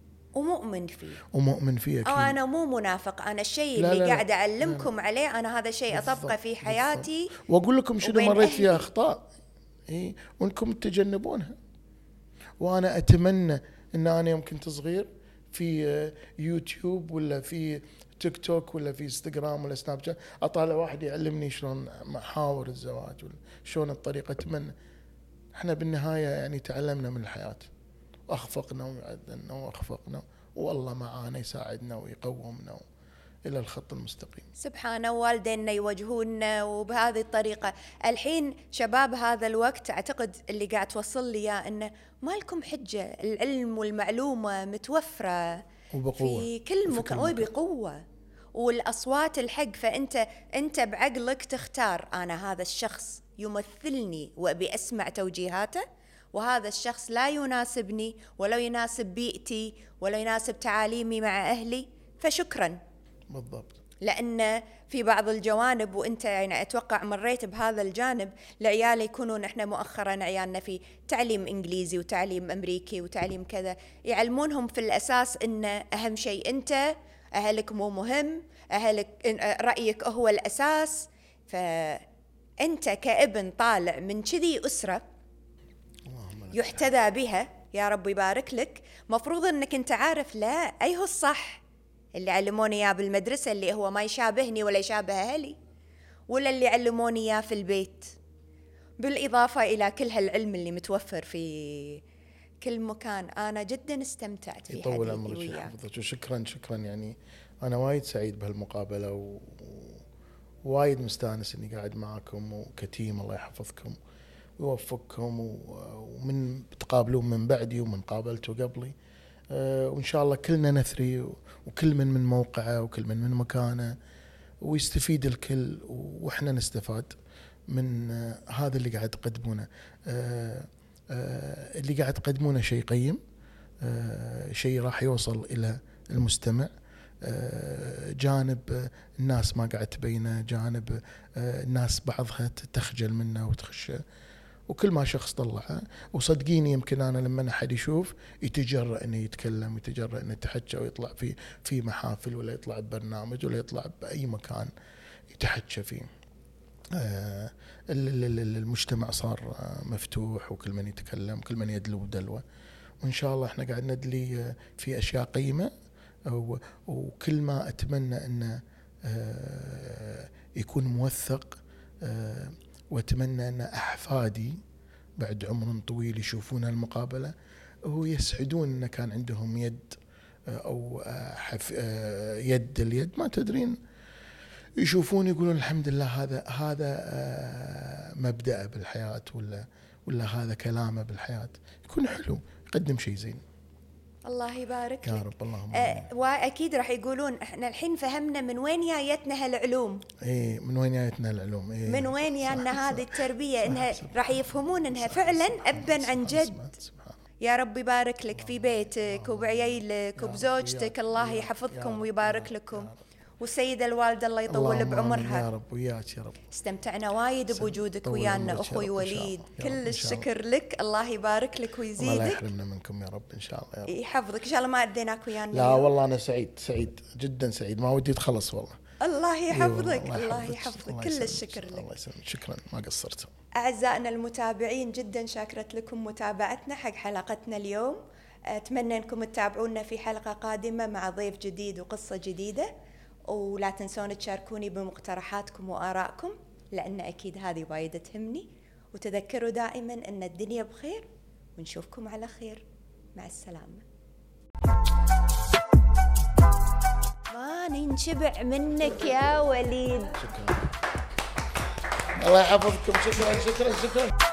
ومؤمن فيه أكيد. أنا مو منافق، أنا الشيء اللي قاعد أعلمكم عليه أنا هذا شيء أطبقه في حياتي وأقول لكم شنو مريت فيها أخطاء وأنكم تتجنبونها. وأنا أتمنى أن أنا يوم كنت صغير في يوتيوب ولا في تيك توك ولا في انستغرام ولا سناب شات أطالع واحد يعلمني شلون محاور الزواج ولا شلون الطريقة. أتمنى احنا بالنهاية يعني تعلمنا من الحياة، أخفقنا وعدلنا وأخفقنا، والله معانا يساعدنا ويقومنا إلى الخط المستقيم. سبحانه. والدينا يوجهونا وبهذه الطريقة. الحين شباب هذا الوقت أعتقد اللي قاعد توصل لي إنه ما لكم حجة، العلم والمعلومة متوفرة وبقوة في كل مكان وبقوة، والأصوات الحق. فأنت بعقلك تختار أنا هذا الشخص يمثلني وأبي أسمع توجيهاته، وهذا الشخص لا يناسبني ولا يناسب بيئتي ولا يناسب تعاليمي مع أهلي، فشكرا. بالضبط. لأن في بعض الجوانب، وأنت يعني أتوقع مريت بهذا الجانب، العيال يكونون إحنا مؤخرا عيالنا في تعليم إنجليزي وتعليم أمريكي وتعليم كذا، يعلمونهم في الأساس إن أهم شيء أنت، أهلك مو مهم، أهلك رأيك هو الأساس. فأنت كابن طالع من كذي أسرة يحتذى بها، يا رب يبارك لك، مفروض أنك أنت عارف لا أي هو الصح اللي علموني إياه بالمدرسة اللي هو ما يشابهني ولا يشابه أهلي، ولا اللي علموني إياه في البيت، بالإضافة إلى كل هالعلم اللي متوفر في كل مكان. أنا جدا استمتعت في يطول عمرك ويحفظك، وشكرا يعني أنا وايد سعيد بهالمقابلة ووايد مستانس إني قاعد معكم وكتيم. الله يحفظكم ويوفقكم، ومن تقابلون من بعدي ومن قابلته قبلي، وإن شاء الله كلنا نثري، وكل من موقعه وكل من مكانه، ويستفيد الكل وإحنا نستفاد من هذا اللي قاعد تقدمونه. اللي قاعد تقدمونه شيء قيم، شيء راح يوصل إلى المستمع. جانب الناس ما قاعد تبينه، جانب الناس بعضها تخجل منه وتخشه، وكل ما شخص طلعه. وصدقيني يمكن أنا لما أحد يشوف يتجرأ إنه يتكلم، يتجرأ إنه يتحكى ويطلع في محافل، ولا يطلع ببرنامج، ولا يطلع بأي مكان يتحكى فيه. المجتمع صار مفتوح، وكل من يتكلم، كل من يدلو دلوة، وإن شاء الله إحنا قاعد ندلي في أشياء قيمة. وكل ما أتمنى أنه يكون موثق، وأتمنى أن أحفادي بعد عمر طويل يشوفون المقابلة ويسعدون أن كان عندهم يد، أو يد اليد ما تدرين، يشوفون يقولون الحمد لله هذا مبدأ بالحياة، ولا هذا كلامه بالحياة، يكون حلو، يقدم شيء زين. الله يبارك يا لك. رب. اللهم واكيد راح يقولون احنا الحين فهمنا من وين جايتنا هالعلوم. من وين جايتنا العلوم؟ من وين جانا هذه التربيه؟ انها راح يفهمون انها فعلا ابا عن جد. يا رب يبارك لك في بيتك وبعيالك وبزوجتك، الله يحفظكم ويبارك لكم، والسيدة الوالدة الله يطول بعمرها. يا رب وياك يا رب. استمتعنا وايد بوجودك ويانا أخوي وليد، كل الشكر لك، الله يبارك لك ويزيدك. الله يحرمنا منكم يا رب إن شاء الله. يا رب يحفظك إن شاء الله. ما أديناك ويانا لا اليوم. والله أنا سعيد جدا سعيد، ما ودي تخلص والله. الله يحفظك. الله يحفظك. كل الشكر لك. الله يسلمك. شكرا، ما قصرت. أعزائنا المتابعين، جدا شاكرت لكم متابعتنا حق حلقتنا اليوم. أتمنى أنكم تتابعونا في حلقة قادمة مع ضيف جديد وقصة جديدة، ولا تنسون تشاركوني بمقترحاتكم وآرائكم، لأن أكيد هذه وايد تهمني. وتذكروا دائما أن الدنيا بخير، ونشوفكم على خير. مع السلامة. ما ننشبع منك يا وليد. شكرا. الله يحفظكم. شكرا.